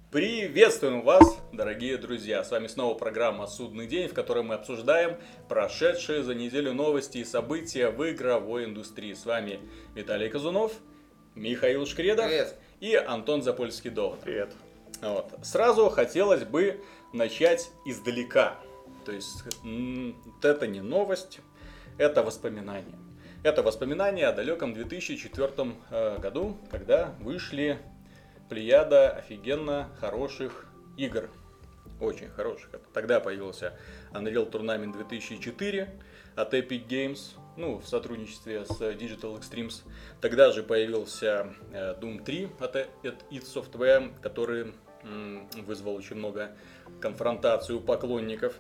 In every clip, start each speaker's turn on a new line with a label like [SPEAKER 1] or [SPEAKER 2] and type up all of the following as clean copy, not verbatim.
[SPEAKER 1] Приветствуем вас, дорогие друзья! С вами снова программа «Судный день», в которой мы обсуждаем прошедшие за неделю новости и события в игровой индустрии. С вами Виталий Казунов, Михаил Шкредов
[SPEAKER 2] Привет.
[SPEAKER 1] И Антон Запольский-Довод.
[SPEAKER 3] Привет.
[SPEAKER 1] Вот. Сразу хотелось бы начать издалека. То есть это не новость, это воспоминание. Это воспоминание о далеком 2004 году, когда вышли плеяда офигенно хороших игр. Очень хороших. Тогда появился Unreal Tournament 2004 от Epic Games, в сотрудничестве с Digital Extremes. Тогда же появился Doom 3 от id Software, который вызвал очень много конфронтаций у поклонников.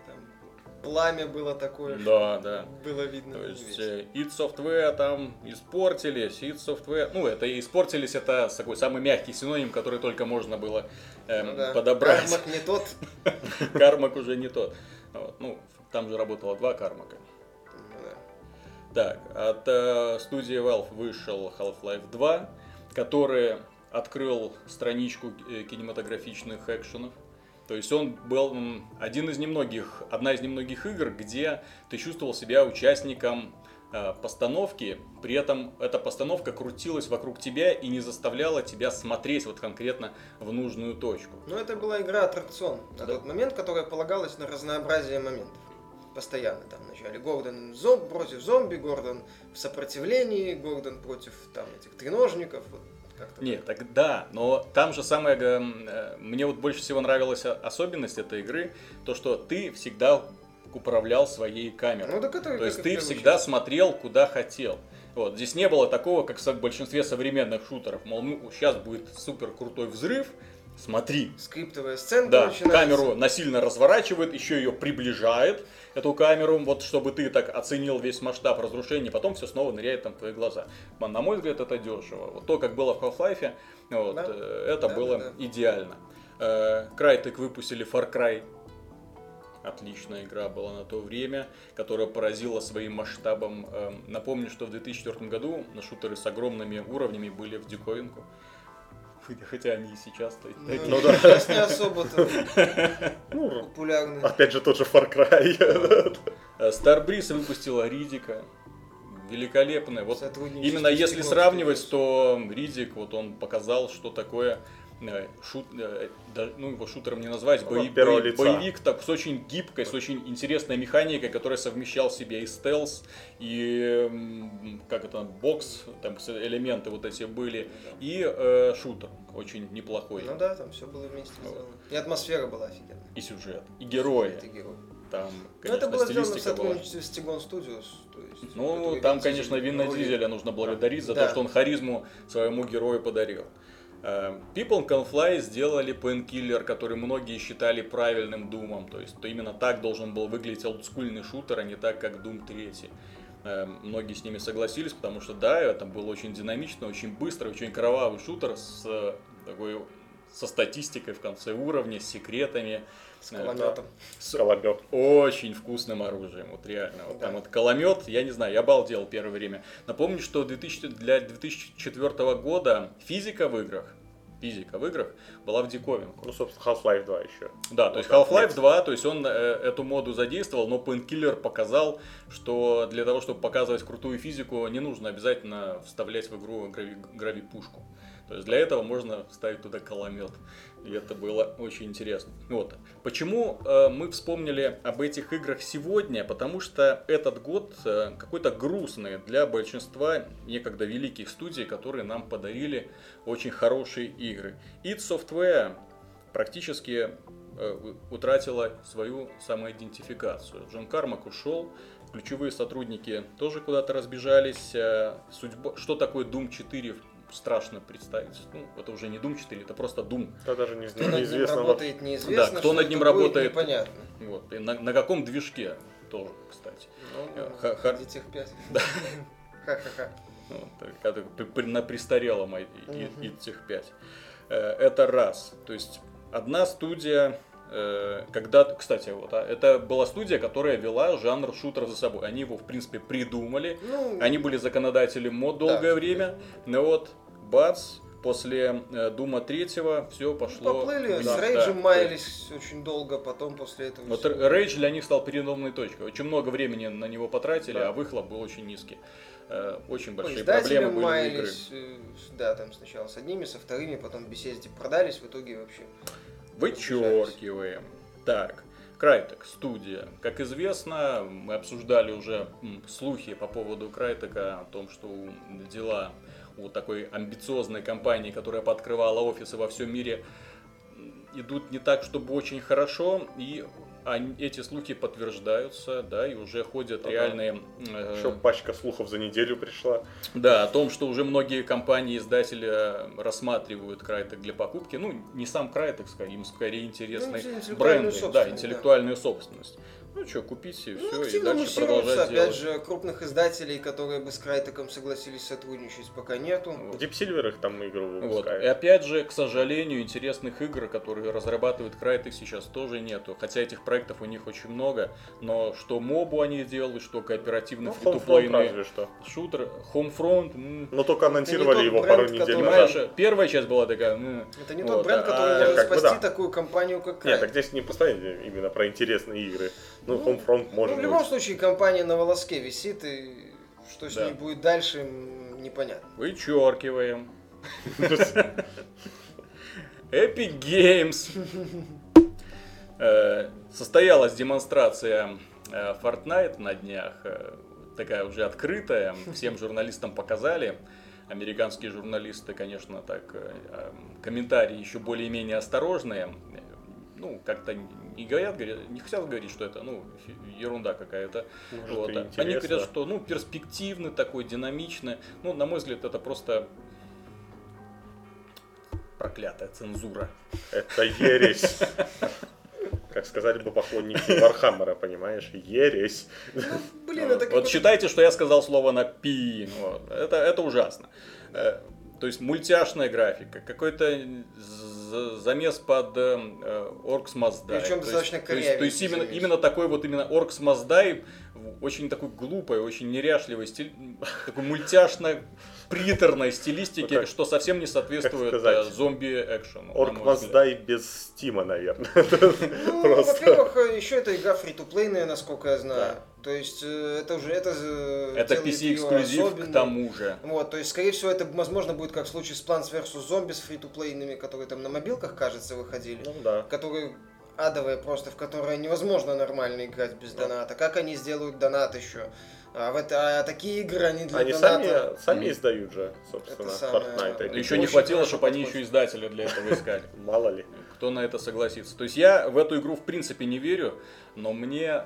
[SPEAKER 2] Пламя было такое,
[SPEAKER 1] Да.
[SPEAKER 2] было видно.
[SPEAKER 1] То есть id Software там испортились, id Software, это испортились, это такой самый мягкий синоним, который только можно было подобрать.
[SPEAKER 2] Кармак не тот.
[SPEAKER 1] Кармак уже не тот. Там же работало два Кармака. Так, от студии Valve вышел Half-Life 2, который открыл страничку кинематографичных экшенов. То есть он был одна из немногих игр, где ты чувствовал себя участником постановки, при этом эта постановка крутилась вокруг тебя и не заставляла тебя смотреть конкретно в нужную точку.
[SPEAKER 2] Это была игра-аттракцион на тот момент, которая полагалась на разнообразие моментов. Постоянно там вначале Гордон против зомби, Гордон в сопротивлении, Гордон против этих треножников.
[SPEAKER 1] Нет, тогда, но там же мне больше всего нравилась особенность этой игры, то что ты всегда управлял своей камерой. То есть ты всегда смотрел, куда хотел. Здесь не было такого, как в большинстве современных шутеров, мол, сейчас будет супер крутой взрыв, смотри.
[SPEAKER 2] Скриптовая сцена
[SPEAKER 1] начинается. Камеру насильно разворачивает, еще ее приближает, эту камеру, чтобы ты так оценил весь масштаб разрушений, потом все снова ныряет в твои глаза. На мой взгляд, это дешево. То, как было в Half-Life, это было идеально. Crytek выпустили Far Cry. Отличная игра была на то время, которая поразила своим масштабом. Напомню, что в 2004 году шутеры с огромными уровнями были в диковинку. Хотя они и сейчас такие.
[SPEAKER 2] Сейчас не особо-то популярны.
[SPEAKER 3] Опять же тот же Far Cry.
[SPEAKER 1] Starbreeze выпустила Ридика. Великолепная. Именно если сравнивать, то Ридик, он показал, что такое его шутером не назвать, боевик с очень гибкой, с очень интересной механикой, которая совмещал в себе и стелс, и бокс, там элементы эти были, и шутер очень неплохой.
[SPEAKER 2] Там все было вместе сделано. И атмосфера была офигенная.
[SPEAKER 1] И сюжет, и герои. Там, конечно,
[SPEAKER 2] это было сделано в
[SPEAKER 1] стилистика была.
[SPEAKER 2] сотрудничестве с Tigon Studios.
[SPEAKER 1] Там, конечно, Винна Дизеля нужно благодарить за то, что он харизму своему герою подарил. People Can Fly сделали Painkiller, который многие считали правильным Думом. То есть именно так должен был выглядеть олдскульный шутер, а не так, как Doom 3. Многие с ними согласились, потому что это был очень динамичный, очень быстрый, очень кровавый шутер со статистикой в конце уровня, с секретами.
[SPEAKER 2] С кулеметом.
[SPEAKER 3] С
[SPEAKER 1] очень вкусным оружием, реально. Там кулемет, я не знаю, я балдел первое время. Напомню, что для 2004 года физика в играх была в диковинку.
[SPEAKER 3] Собственно, Half-Life 2 еще.
[SPEAKER 1] Да, то есть Half-Life 2, то есть он эту моду задействовал, но Painkiller показал, что для того, чтобы показывать крутую физику, не нужно обязательно вставлять в игру гравипушку. То есть для этого можно вставить туда кулемет. И это было очень интересно. Почему мы вспомнили об этих играх сегодня? Потому что этот год какой-то грустный для большинства некогда великих студий, которые нам подарили очень хорошие игры. id Software практически утратила свою самоидентификацию. Джон Кармак ушел, ключевые сотрудники тоже куда-то разбежались. Что такое Doom 4? Страшно представить. Это уже не Doom 4, это просто Doom.
[SPEAKER 3] Это даже
[SPEAKER 2] кто над ним работает, неизвестно.
[SPEAKER 1] Да, кто над ним работает,
[SPEAKER 2] непонятно.
[SPEAKER 1] И на каком движке тоже, кстати.
[SPEAKER 2] Этих 5. Ха-ха-ха.
[SPEAKER 1] На престарелом этих 5. Это раз. То есть одна студия. Кстати, это была студия, которая вела жанр шутеров за собой. Они его, в принципе, придумали. Они были законодателем мод долгое время. Но бац, после Дума 3 все пошло
[SPEAKER 2] Поплыли,
[SPEAKER 1] вниз.
[SPEAKER 2] с Рейджем маялись очень долго, потом после этого...
[SPEAKER 1] Вот
[SPEAKER 2] всё.
[SPEAKER 1] Рейдж для них стал переломной точкой. Очень много времени на него потратили,
[SPEAKER 3] Да.
[SPEAKER 1] а выхлоп был очень низкий. Очень
[SPEAKER 2] По
[SPEAKER 1] большие
[SPEAKER 2] издателям
[SPEAKER 1] проблемы были у игры.
[SPEAKER 2] маялись, да, там сначала с одними, со вторыми, потом Bethesda продались, в итоге вообще...
[SPEAKER 1] Вычеркиваем. Так, Crytek, студия. Как известно, мы обсуждали уже слухи по поводу Crytek о том, что дела у такой амбициозной компании, которая пооткрывала офисы во всем мире, идут не так, чтобы очень хорошо, и эти слухи подтверждаются, да, и уже ходят
[SPEAKER 3] Ага.
[SPEAKER 1] реальные...
[SPEAKER 3] Еще пачка слухов за неделю пришла.
[SPEAKER 1] Да, о том, что уже многие компании-издатели рассматривают Crytek для покупки. Ну, не сам Crytek, им скорее интересны
[SPEAKER 2] интеллектуальную
[SPEAKER 1] бренды, да,
[SPEAKER 2] собственность,
[SPEAKER 1] интеллектуальную собственность. Ну что, купите и
[SPEAKER 2] Ну,
[SPEAKER 1] все, и
[SPEAKER 2] активно
[SPEAKER 1] дальше
[SPEAKER 2] муссируются,
[SPEAKER 1] продолжать
[SPEAKER 2] опять
[SPEAKER 1] делать.
[SPEAKER 2] же, крупных издателей, которые бы с Crytek согласились сотрудничать, пока нету.
[SPEAKER 1] Вот.
[SPEAKER 3] Deep Silver их там игру
[SPEAKER 1] Вот.
[SPEAKER 3] выпускает.
[SPEAKER 1] И опять же, к сожалению, интересных игр, которые разрабатывает Crytek, сейчас тоже нету. Хотя этих проектов у них очень много, но что мобу они делают, что кооперативный
[SPEAKER 3] Ну, Homefront
[SPEAKER 1] фри-то-плейный
[SPEAKER 3] разве что.
[SPEAKER 1] шутер, Homefront,
[SPEAKER 3] Но только анонсировали
[SPEAKER 2] тот
[SPEAKER 3] его
[SPEAKER 2] бренд,
[SPEAKER 3] пару недель
[SPEAKER 2] который-
[SPEAKER 1] понимаешь,
[SPEAKER 3] назад.
[SPEAKER 1] первая часть была такая,
[SPEAKER 2] Это не
[SPEAKER 1] вот,
[SPEAKER 2] тот бренд, который
[SPEAKER 1] а-
[SPEAKER 2] может
[SPEAKER 3] как бы
[SPEAKER 2] спасти
[SPEAKER 3] да.
[SPEAKER 2] такую компанию, как
[SPEAKER 3] Нет,
[SPEAKER 2] Crytek.
[SPEAKER 3] так здесь не постоянно именно про интересные игры. Ну, Homefront
[SPEAKER 2] Ну,
[SPEAKER 3] может
[SPEAKER 2] в любом
[SPEAKER 3] быть.
[SPEAKER 2] случае, компания на волоске висит, и что с
[SPEAKER 1] Да.
[SPEAKER 2] ней будет дальше, непонятно.
[SPEAKER 1] Вычеркиваем. Epic Games. Состоялась демонстрация Fortnite на днях. Такая уже открытая. Всем журналистам показали. Американские журналисты, конечно, так комментарии еще более-менее осторожные. Ну, как-то не говорят, не хотят говорить, что это, ерунда какая-то.
[SPEAKER 3] Может,
[SPEAKER 1] Вот.
[SPEAKER 3] и
[SPEAKER 1] Они
[SPEAKER 3] интересно.
[SPEAKER 1] говорят, что, перспективный такой, динамичный. Ну, на мой взгляд, это просто проклятая цензура.
[SPEAKER 3] Это ересь. Как сказали бы поклонники Вархаммера, понимаешь? Ересь.
[SPEAKER 2] Блин,
[SPEAKER 1] Вот.
[SPEAKER 2] это
[SPEAKER 1] Вот считайте, что я сказал слово на пи. Вот. Это ужасно. То есть мультяшная графика, какой-то замес под Orcs Must Die.
[SPEAKER 2] Причем
[SPEAKER 1] То
[SPEAKER 2] достаточно
[SPEAKER 1] есть
[SPEAKER 2] корявенький
[SPEAKER 1] именно,
[SPEAKER 2] замес.
[SPEAKER 1] именно такой вот именно Orcs Must Die, очень такой глупой, очень неряшливый стиль, такой мультяшно-приторной стилистики,
[SPEAKER 3] Ну, как-
[SPEAKER 1] что совсем не соответствует
[SPEAKER 3] сказать?
[SPEAKER 1] зомби-экшену. на
[SPEAKER 3] Орк
[SPEAKER 1] мой взгляд.
[SPEAKER 3] Must Die без стима, наверное.
[SPEAKER 2] Ну,
[SPEAKER 3] Просто.
[SPEAKER 2] во-первых, еще это игра фри-то-плейная, насколько я знаю.
[SPEAKER 3] Да.
[SPEAKER 2] То есть это уже это
[SPEAKER 1] Это
[SPEAKER 2] делает её
[SPEAKER 1] PC-эксклюзив к
[SPEAKER 2] особенной.
[SPEAKER 1] тому же.
[SPEAKER 2] Вот, то есть, скорее всего, это, возможно, будет как в случае с Plants vs. Zombies фри-то-плейными, которые там на мобилках, кажется, выходили.
[SPEAKER 3] Ну да.
[SPEAKER 2] Которые адовые просто, в которые невозможно нормально играть без доната. Как они сделают донат еще? А такие игры, они для
[SPEAKER 3] Они
[SPEAKER 2] доната...
[SPEAKER 3] сами издают же, собственно,
[SPEAKER 2] Это самое-
[SPEAKER 3] Fortnite.
[SPEAKER 1] Еще не
[SPEAKER 2] очень
[SPEAKER 1] хватило,
[SPEAKER 2] хорошо
[SPEAKER 1] чтобы они
[SPEAKER 2] подходит.
[SPEAKER 1] еще издателя для этого искали.
[SPEAKER 3] Мало ли.
[SPEAKER 1] Кто на это согласится. То есть я в эту игру в принципе не верю, но мне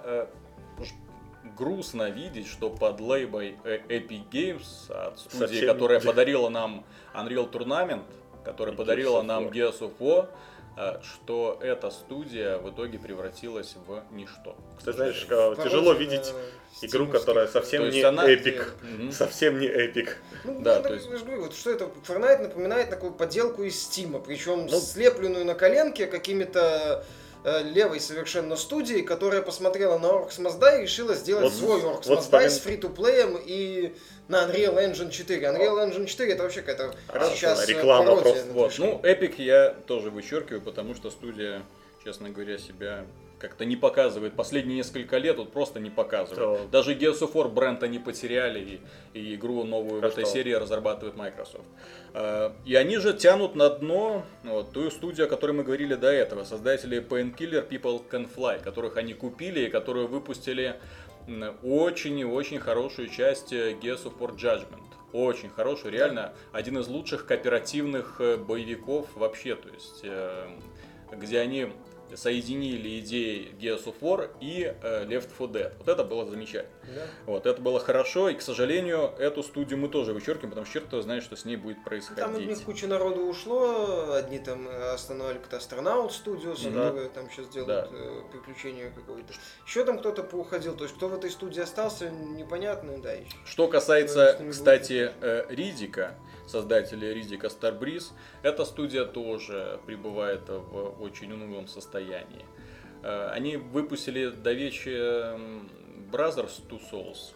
[SPEAKER 1] грустно видеть, что под лейбой Epic Games от студии,
[SPEAKER 3] Совсем
[SPEAKER 1] которая
[SPEAKER 3] не-
[SPEAKER 1] подарила нам Unreal Tournament, которая
[SPEAKER 3] И
[SPEAKER 1] подарила
[SPEAKER 3] Gears of
[SPEAKER 1] нам
[SPEAKER 3] War.
[SPEAKER 1] Gears of War, что эта студия в итоге превратилась в ничто.
[SPEAKER 3] Ты знаешь,
[SPEAKER 2] Пародия
[SPEAKER 3] тяжело
[SPEAKER 2] на
[SPEAKER 3] видеть
[SPEAKER 2] стимовских-
[SPEAKER 3] игру, которая
[SPEAKER 1] То
[SPEAKER 3] совсем
[SPEAKER 1] есть
[SPEAKER 3] не
[SPEAKER 1] она-
[SPEAKER 3] эпик.
[SPEAKER 1] Мгм.
[SPEAKER 3] Совсем не эпик.
[SPEAKER 2] Ну,
[SPEAKER 1] Да,
[SPEAKER 2] да,
[SPEAKER 1] то
[SPEAKER 2] то
[SPEAKER 1] есть-
[SPEAKER 2] я же говорю, вот что это Fortnite напоминает такую подделку из Стима, причем
[SPEAKER 3] Ну,
[SPEAKER 2] слепленную на коленке какими-то левой совершенно студией, которая посмотрела на Orcs Must Die и решила сделать
[SPEAKER 3] Вот-
[SPEAKER 2] свой Orcs
[SPEAKER 3] вот
[SPEAKER 2] Must Die
[SPEAKER 3] вспомин-
[SPEAKER 2] с фри-то-плеем и на Unreal Engine 4. Unreal Engine 4 это вообще какая-то
[SPEAKER 3] Раз,
[SPEAKER 2] сейчас
[SPEAKER 3] реклама
[SPEAKER 2] пародия
[SPEAKER 3] просто.
[SPEAKER 2] на
[SPEAKER 1] Вот,
[SPEAKER 2] движку.
[SPEAKER 1] ну, Epic я тоже вычеркиваю, потому что студия, честно говоря, себя как-то не показывает. Последние несколько лет вот просто не показывает.
[SPEAKER 3] Да.
[SPEAKER 1] Даже Gears of War бренд они потеряли, и игру новую в
[SPEAKER 3] А
[SPEAKER 1] этой
[SPEAKER 3] что?
[SPEAKER 1] серии разрабатывает Microsoft. И они же тянут на дно вот, ту студию, о которой мы говорили до этого, создатели Painkiller People Can Fly, которых они купили и которые выпустили очень и очень хорошую часть Gears of War Judgment. Очень хороший, реально один из лучших кооперативных боевиков вообще, то есть где они соединили идеи Gears of War и Left 4 Dead. Вот это было замечательно.
[SPEAKER 2] Да.
[SPEAKER 1] Вот, это было хорошо, и, к сожалению, эту студию мы тоже вычеркиваем, потому что черт его знает, что с ней будет
[SPEAKER 2] Там
[SPEAKER 1] происходить.
[SPEAKER 2] у них куча народу ушло, одни там остановили как-то Астронаут Studios,
[SPEAKER 1] Да.
[SPEAKER 2] которые там сейчас делают приключения какое-то. Еще там кто-то поуходил, то есть кто в этой студии остался, непонятно, да, еще.
[SPEAKER 1] Что
[SPEAKER 2] Что
[SPEAKER 1] касается,
[SPEAKER 2] с ними
[SPEAKER 1] кстати, Ридика, создателя Ридика Starbreeze, эта студия тоже пребывает в очень унылом состоянии. Они выпустили до вечера Brothers Two Souls.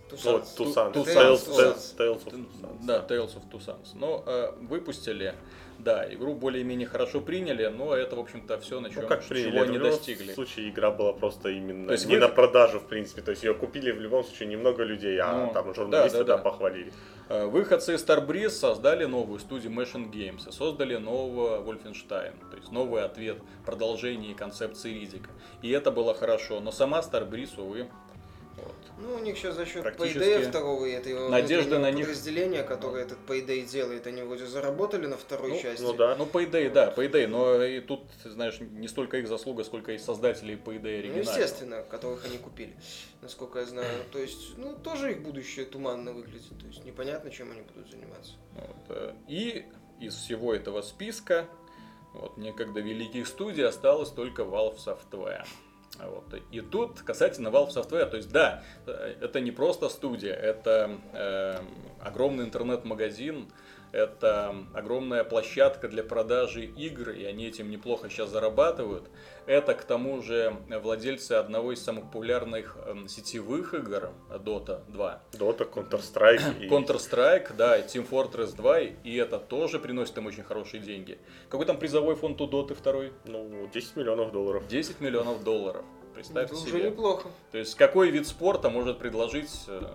[SPEAKER 3] Вот,
[SPEAKER 2] Tucson.
[SPEAKER 3] Tucson.
[SPEAKER 1] Tucson.
[SPEAKER 3] Tales of Tucson.
[SPEAKER 1] Да, Tales of Two Sons. Но выпустили, да, игру более-менее хорошо приняли, но это, в общем-то, все, на чем,
[SPEAKER 3] Ну, как приняли,
[SPEAKER 1] чего
[SPEAKER 3] это
[SPEAKER 1] не
[SPEAKER 3] в любом
[SPEAKER 1] достигли.
[SPEAKER 3] случае игра была просто именно
[SPEAKER 1] То есть
[SPEAKER 3] не
[SPEAKER 1] вы-
[SPEAKER 3] на продажу, в принципе. То есть ее купили в любом случае немного людей, а
[SPEAKER 1] Ну,
[SPEAKER 3] там журналисты
[SPEAKER 1] да.
[SPEAKER 3] похвалили.
[SPEAKER 1] Выходцы из Starbreeze создали новую студию Machine Games и создали нового Wolfenstein, то есть новый ответ, продолжение концепции Ридика. И это было хорошо, но сама Starbreeze, увы, вот.
[SPEAKER 2] Ну, у них сейчас за счет
[SPEAKER 1] Практически
[SPEAKER 2] Payday второго и этого
[SPEAKER 1] надежды на них-
[SPEAKER 2] подразделения, которое этот Payday делает, они вроде заработали на второй части.
[SPEAKER 3] Ну да.
[SPEAKER 1] Ну, Payday, но и тут, ты знаешь, не столько их заслуга, сколько и создателей Payday
[SPEAKER 2] Ну,
[SPEAKER 1] оригинального.
[SPEAKER 2] естественно, которых они купили, насколько я знаю. То есть, ну, тоже их будущее туманно выглядит. То есть, непонятно, чем они будут заниматься.
[SPEAKER 1] Вот, и из всего этого списка, вот, некогда великих студий, осталось только Valve Software. Вот. И тут, касательно Valve Software, то есть, да, это не просто студия, это огромный интернет-магазин, это огромная площадка для продажи игр, и они этим неплохо сейчас зарабатывают. Это, к тому же, владельцы одного из самых популярных сетевых игр, Dota 2.
[SPEAKER 3] Dota, Counter-Strike.
[SPEAKER 1] Counter-Strike, да, и Team Fortress 2, и это тоже приносит им очень хорошие деньги. Какой там призовой фонд у Доты второй?
[SPEAKER 3] Ну, 10 миллионов долларов.
[SPEAKER 1] 10 миллионов долларов. Представьте
[SPEAKER 2] Это
[SPEAKER 1] себе.
[SPEAKER 2] уже неплохо.
[SPEAKER 1] То есть какой вид спорта может предложить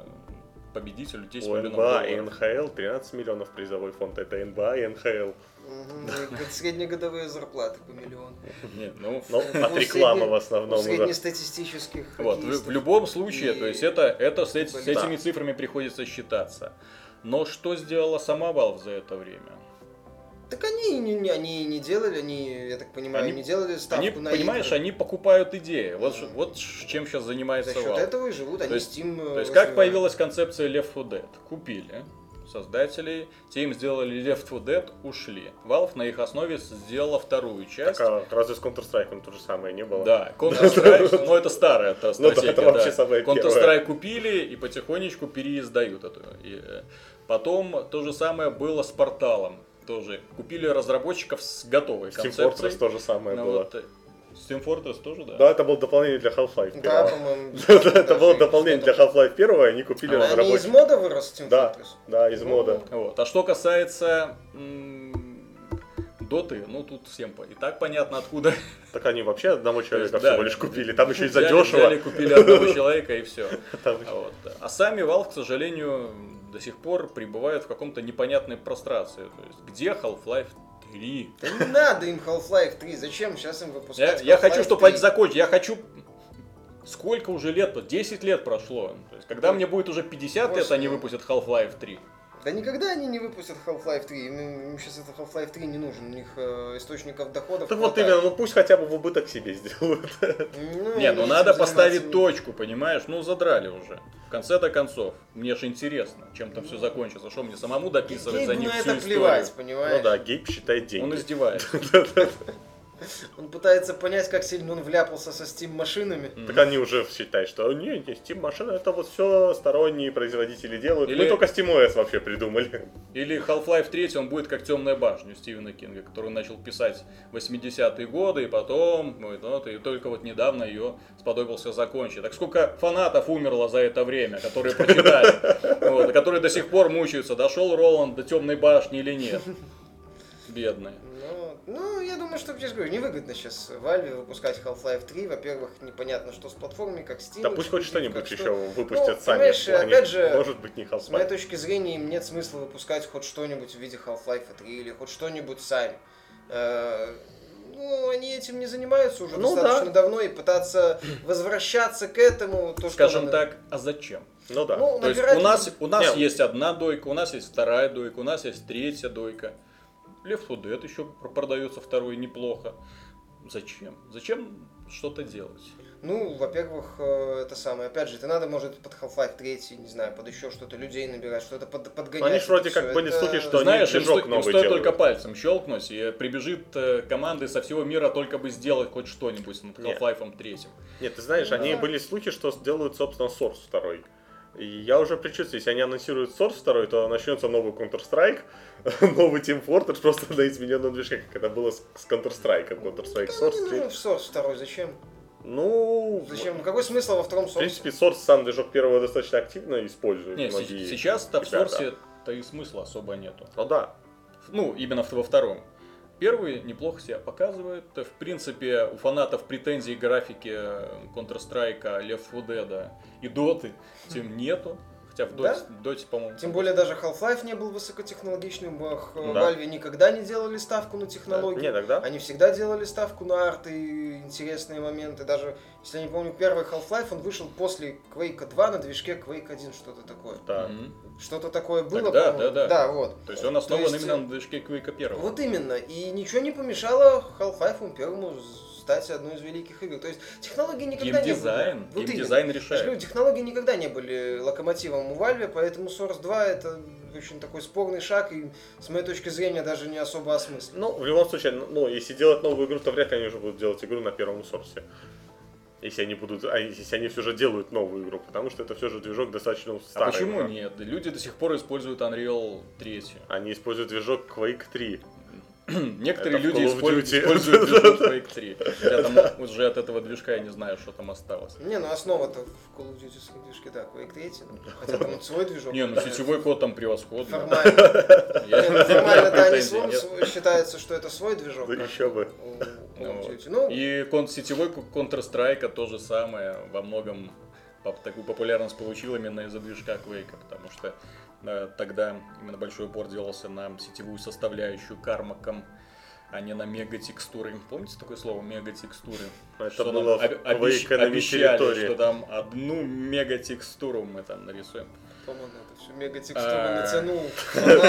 [SPEAKER 1] победителю 10
[SPEAKER 3] У
[SPEAKER 1] миллионов
[SPEAKER 3] НБА и
[SPEAKER 1] долларов?
[SPEAKER 3] НХЛ 13 миллионов призовой фонд. Это НБА и НХЛ.
[SPEAKER 2] Мгм, и среднегодовые зарплаты по миллиону.
[SPEAKER 1] Нет, ну,
[SPEAKER 3] Ну,
[SPEAKER 2] Ну,
[SPEAKER 3] от рекламы в
[SPEAKER 2] У
[SPEAKER 3] основном уже.
[SPEAKER 2] среднестатистических
[SPEAKER 1] вот, в
[SPEAKER 2] хоккеистов.
[SPEAKER 1] любом случае,
[SPEAKER 2] И-
[SPEAKER 1] то есть это с
[SPEAKER 2] Да.
[SPEAKER 1] этими цифрами приходится считаться. Но что сделала сама Valve за это время?
[SPEAKER 2] Так они не делали, я так понимаю,
[SPEAKER 1] Они-
[SPEAKER 2] не делали ставку
[SPEAKER 1] Они,
[SPEAKER 2] на
[SPEAKER 1] понимаешь,
[SPEAKER 2] игры.
[SPEAKER 1] они покупают идеи. Вот,
[SPEAKER 2] Мгм.
[SPEAKER 1] вот чем сейчас занимается
[SPEAKER 2] За счет
[SPEAKER 1] Valve.
[SPEAKER 2] этого и живут, они
[SPEAKER 1] есть-
[SPEAKER 2] Steam
[SPEAKER 1] То есть как
[SPEAKER 2] развивают.
[SPEAKER 1] появилась концепция Left 4 Dead? Купили создателей, те им сделали Left 4 Dead, ушли. Valve на их основе сделала вторую часть.
[SPEAKER 3] Так, а разве с Counter-Strike то же самое не было?
[SPEAKER 1] Да, Counter-Strike, ну это старая это
[SPEAKER 3] Ну да,
[SPEAKER 1] стратегия.
[SPEAKER 3] это вообще
[SPEAKER 1] да.
[SPEAKER 3] самое первое.
[SPEAKER 1] Counter-Strike купили и потихонечку переиздают эту. Потом то же самое было с Порталом. Тоже купили разработчиков с готовой
[SPEAKER 3] С Team
[SPEAKER 1] концепцией.
[SPEAKER 3] Fortress то же самое
[SPEAKER 1] Ну
[SPEAKER 3] было.
[SPEAKER 1] вот, с Team Fortress тоже, да?
[SPEAKER 3] Да, это было дополнение для Half-Life
[SPEAKER 2] Да,
[SPEAKER 3] 1.
[SPEAKER 2] по-моему.
[SPEAKER 3] Это было дополнение для Half-Life 1, и они купили
[SPEAKER 2] Они из
[SPEAKER 3] разработчиков.
[SPEAKER 2] мода вырос Team
[SPEAKER 3] Да,
[SPEAKER 2] Fortress?
[SPEAKER 3] да, из мода.
[SPEAKER 1] Вот. А что касается Доты, ну тут всем и так понятно откуда.
[SPEAKER 3] Так они вообще одного человека
[SPEAKER 1] есть, да.
[SPEAKER 3] всего лишь купили. Там еще и
[SPEAKER 1] Взяли,
[SPEAKER 3] задешево.
[SPEAKER 1] купили одного человека и все.
[SPEAKER 3] Там
[SPEAKER 1] Вот. А сами Valve, к сожалению, до сих пор пребывают в каком-то непонятной прострации. То есть, где Half-Life 3?
[SPEAKER 2] Да не надо им Half-Life 3, зачем сейчас им выпускать
[SPEAKER 1] Я
[SPEAKER 2] Half-Life
[SPEAKER 1] хочу,
[SPEAKER 2] 3?
[SPEAKER 1] чтобы они закончили. Я хочу... Сколько уже лет? 10 лет прошло. То есть, когда мне будет уже 50 лет, они выпустят Half-Life 3.
[SPEAKER 2] Да никогда они не выпустят Half-Life 3, им сейчас этот Half-Life 3 не нужен, у них источников доходов
[SPEAKER 3] Так вот
[SPEAKER 2] хватает.
[SPEAKER 3] именно, ну пусть хотя бы в убыток себе сделают.
[SPEAKER 1] Не, ну
[SPEAKER 2] этим
[SPEAKER 1] надо
[SPEAKER 2] заниматься
[SPEAKER 1] поставить
[SPEAKER 2] не-
[SPEAKER 1] точку, понимаешь? Ну задрали уже. В конце-то концов, мне же интересно, чем там все закончится. Что мне самому дописывать за
[SPEAKER 2] Гейбу
[SPEAKER 1] них
[SPEAKER 2] на
[SPEAKER 1] всю
[SPEAKER 2] это
[SPEAKER 1] историю?
[SPEAKER 2] плевать, понимаешь?
[SPEAKER 3] Ну да, Гейб считает
[SPEAKER 1] Он
[SPEAKER 3] деньги.
[SPEAKER 1] издевается.
[SPEAKER 2] Он пытается понять, как сильно он вляпался со Steam-машинами.
[SPEAKER 3] Так они уже считают, что не, Steam машина это вот все сторонние производители делают.
[SPEAKER 1] Или-
[SPEAKER 3] Мы только SteamOS вообще придумали.
[SPEAKER 1] Или Half-Life 3, он будет как «Темная башня» у Стивена Кинга, который начал писать в 80-е годы, и потом, вот, и только вот недавно ее сподобился закончить. Так сколько фанатов умерло за это время, которые прочитали, вот, и которые до сих пор мучаются, дошел Роланд до «Темной башни» или нет. Бедные.
[SPEAKER 2] Ну, я думаю, что, я же говорю, невыгодно сейчас Valve выпускать Half-Life 3. Во-первых, непонятно, что с платформой, как Steam.
[SPEAKER 3] Да пусть хоть
[SPEAKER 2] эксклюзив,
[SPEAKER 3] что-нибудь
[SPEAKER 2] как
[SPEAKER 3] еще
[SPEAKER 2] что.
[SPEAKER 3] выпустят
[SPEAKER 2] Ну,
[SPEAKER 3] сами.
[SPEAKER 2] понимаешь,
[SPEAKER 3] Они-
[SPEAKER 2] опять же,
[SPEAKER 3] может быть, не
[SPEAKER 2] С моей
[SPEAKER 3] Half-Life.
[SPEAKER 2] точки зрения, им нет смысла выпускать хоть что-нибудь в виде Half-Life 3 или хоть что-нибудь сами. Ну, они этим не занимаются уже
[SPEAKER 3] Ну
[SPEAKER 2] достаточно
[SPEAKER 3] да.
[SPEAKER 2] давно, и пытаться возвращаться к этому, то,
[SPEAKER 1] Скажем
[SPEAKER 2] что
[SPEAKER 1] так, а зачем?
[SPEAKER 3] Ну да.
[SPEAKER 2] Ну,
[SPEAKER 1] То есть
[SPEAKER 2] набирать
[SPEAKER 1] у нас
[SPEAKER 3] Не,
[SPEAKER 1] есть одна дойка, у нас есть вторая дойка, у нас есть третья дойка. Left 4 Dead еще продается второй неплохо. Зачем? Зачем что-то делать?
[SPEAKER 2] Ну, во-первых, это самое, опять же, это надо, может, под Half-Life 3, не знаю, под еще что-то людей набирать, что-то подгонять.
[SPEAKER 3] Они ж вроде
[SPEAKER 2] это
[SPEAKER 3] как
[SPEAKER 2] всё.
[SPEAKER 3] были
[SPEAKER 2] Это-
[SPEAKER 3] слухи, что
[SPEAKER 1] Знаешь,
[SPEAKER 3] они
[SPEAKER 1] им,
[SPEAKER 3] движок
[SPEAKER 1] им
[SPEAKER 3] новый
[SPEAKER 1] стоит
[SPEAKER 3] делают.
[SPEAKER 1] только пальцем щелкнуть, и прибежит команды со всего мира только бы сделать хоть что-нибудь над
[SPEAKER 3] Нет.
[SPEAKER 1] Half-Life 3.
[SPEAKER 3] Нет, ты знаешь,
[SPEAKER 2] Ну,
[SPEAKER 3] они
[SPEAKER 2] да.
[SPEAKER 3] были слухи, что сделают, собственно, Source 2. И я уже предчувствую, если они анонсируют Source 2, то начнется новый Counter-Strike, новый Team Fortress, просто на измененном движке, как это было с Counter-Strike, Counter-Strike
[SPEAKER 2] Ну,
[SPEAKER 3] Source
[SPEAKER 2] не
[SPEAKER 3] 3.
[SPEAKER 2] нужен в Source 2, зачем?
[SPEAKER 3] Ну,
[SPEAKER 2] Зачем? Какой смысл во втором
[SPEAKER 3] в
[SPEAKER 2] сорсе?
[SPEAKER 3] принципе, Source сам движок первого достаточно активно использует.
[SPEAKER 1] Не,
[SPEAKER 3] многие
[SPEAKER 1] сейчас-то в
[SPEAKER 3] ребята.
[SPEAKER 1] сорсе-то и смысла особо нету.
[SPEAKER 3] Ну да.
[SPEAKER 1] Ну, именно во втором. Первый неплохо себя показывает. В принципе, у фанатов претензий к графике Counter-Strike, Left 4 Dead и Dota тем нету. Хотя в
[SPEAKER 2] Да?
[SPEAKER 1] Доте, по-моему...
[SPEAKER 2] Тем более даже Half-Life не был высокотехнологичным.
[SPEAKER 3] Да.
[SPEAKER 2] Valve никогда не делали ставку на технологии.
[SPEAKER 3] Не, тогда.
[SPEAKER 2] Они всегда делали ставку на арт и интересные моменты. Даже, если я не помню, первый Half-Life, он вышел после Quake 2 на движке Quake 1, что-то такое.
[SPEAKER 3] Да.
[SPEAKER 2] Что-то такое было,
[SPEAKER 1] Да,
[SPEAKER 2] по-моему.
[SPEAKER 1] да.
[SPEAKER 2] Да, вот.
[SPEAKER 1] То есть он основан
[SPEAKER 2] есть,
[SPEAKER 1] именно на движке Quake 1.
[SPEAKER 2] Вот именно. И ничего не помешало Half-Life первому стать одной из великих игр. То есть технологии никогда
[SPEAKER 1] Геймдизайн.
[SPEAKER 2] не были. Вот именно.
[SPEAKER 1] Геймдизайн
[SPEAKER 2] Я же
[SPEAKER 1] решает.
[SPEAKER 2] говорю, технологии никогда не были локомотивом у Valve, поэтому Source 2 это очень такой спорный шаг и, с моей точки зрения, даже не особо осмыслен.
[SPEAKER 3] Ну, в любом случае, ну, если делать новую игру, то вряд ли они уже будут делать игру на первом сорсе. Если они все же делают новую игру, потому что это все же движок достаточно старый.
[SPEAKER 1] А почему
[SPEAKER 3] игра.
[SPEAKER 1] нет? Люди до сих пор используют Unreal 3.
[SPEAKER 3] Они используют движок Quake 3.
[SPEAKER 1] Некоторые
[SPEAKER 3] Это в
[SPEAKER 1] люди
[SPEAKER 3] Call of
[SPEAKER 1] используют
[SPEAKER 3] Duty.
[SPEAKER 1] движок Quake 3. Хотя там уже от этого движка я не знаю, что там осталось.
[SPEAKER 2] Не, ну основа-то в Call of Duty движке, да, Quake 3, хотя там свой движок.
[SPEAKER 1] Не, ну сетевой код там превосходный.
[SPEAKER 2] Формально.
[SPEAKER 1] Я-
[SPEAKER 2] Не, ну, формально-то они
[SPEAKER 1] претензий нет.
[SPEAKER 2] считается, что это свой движок.
[SPEAKER 3] Да
[SPEAKER 2] как
[SPEAKER 3] еще бы.
[SPEAKER 2] у Call of
[SPEAKER 1] Вот.
[SPEAKER 2] Duty. Ну,
[SPEAKER 1] И сетевой Counter-Strike то же самое во многом такую популярность получил именно из-за движка Quake, потому что тогда именно большой упор делался на сетевую составляющую кармаком, а не на мега-текстуры. Помните такое слово мега-текстуры?
[SPEAKER 3] Это
[SPEAKER 1] Что
[SPEAKER 3] было
[SPEAKER 1] нам
[SPEAKER 3] в Quake на
[SPEAKER 1] обещали,
[SPEAKER 3] территории.
[SPEAKER 1] что там одну мега-текстуру мы там нарисуем.
[SPEAKER 2] по-моему, это все мега-текстуру
[SPEAKER 1] А.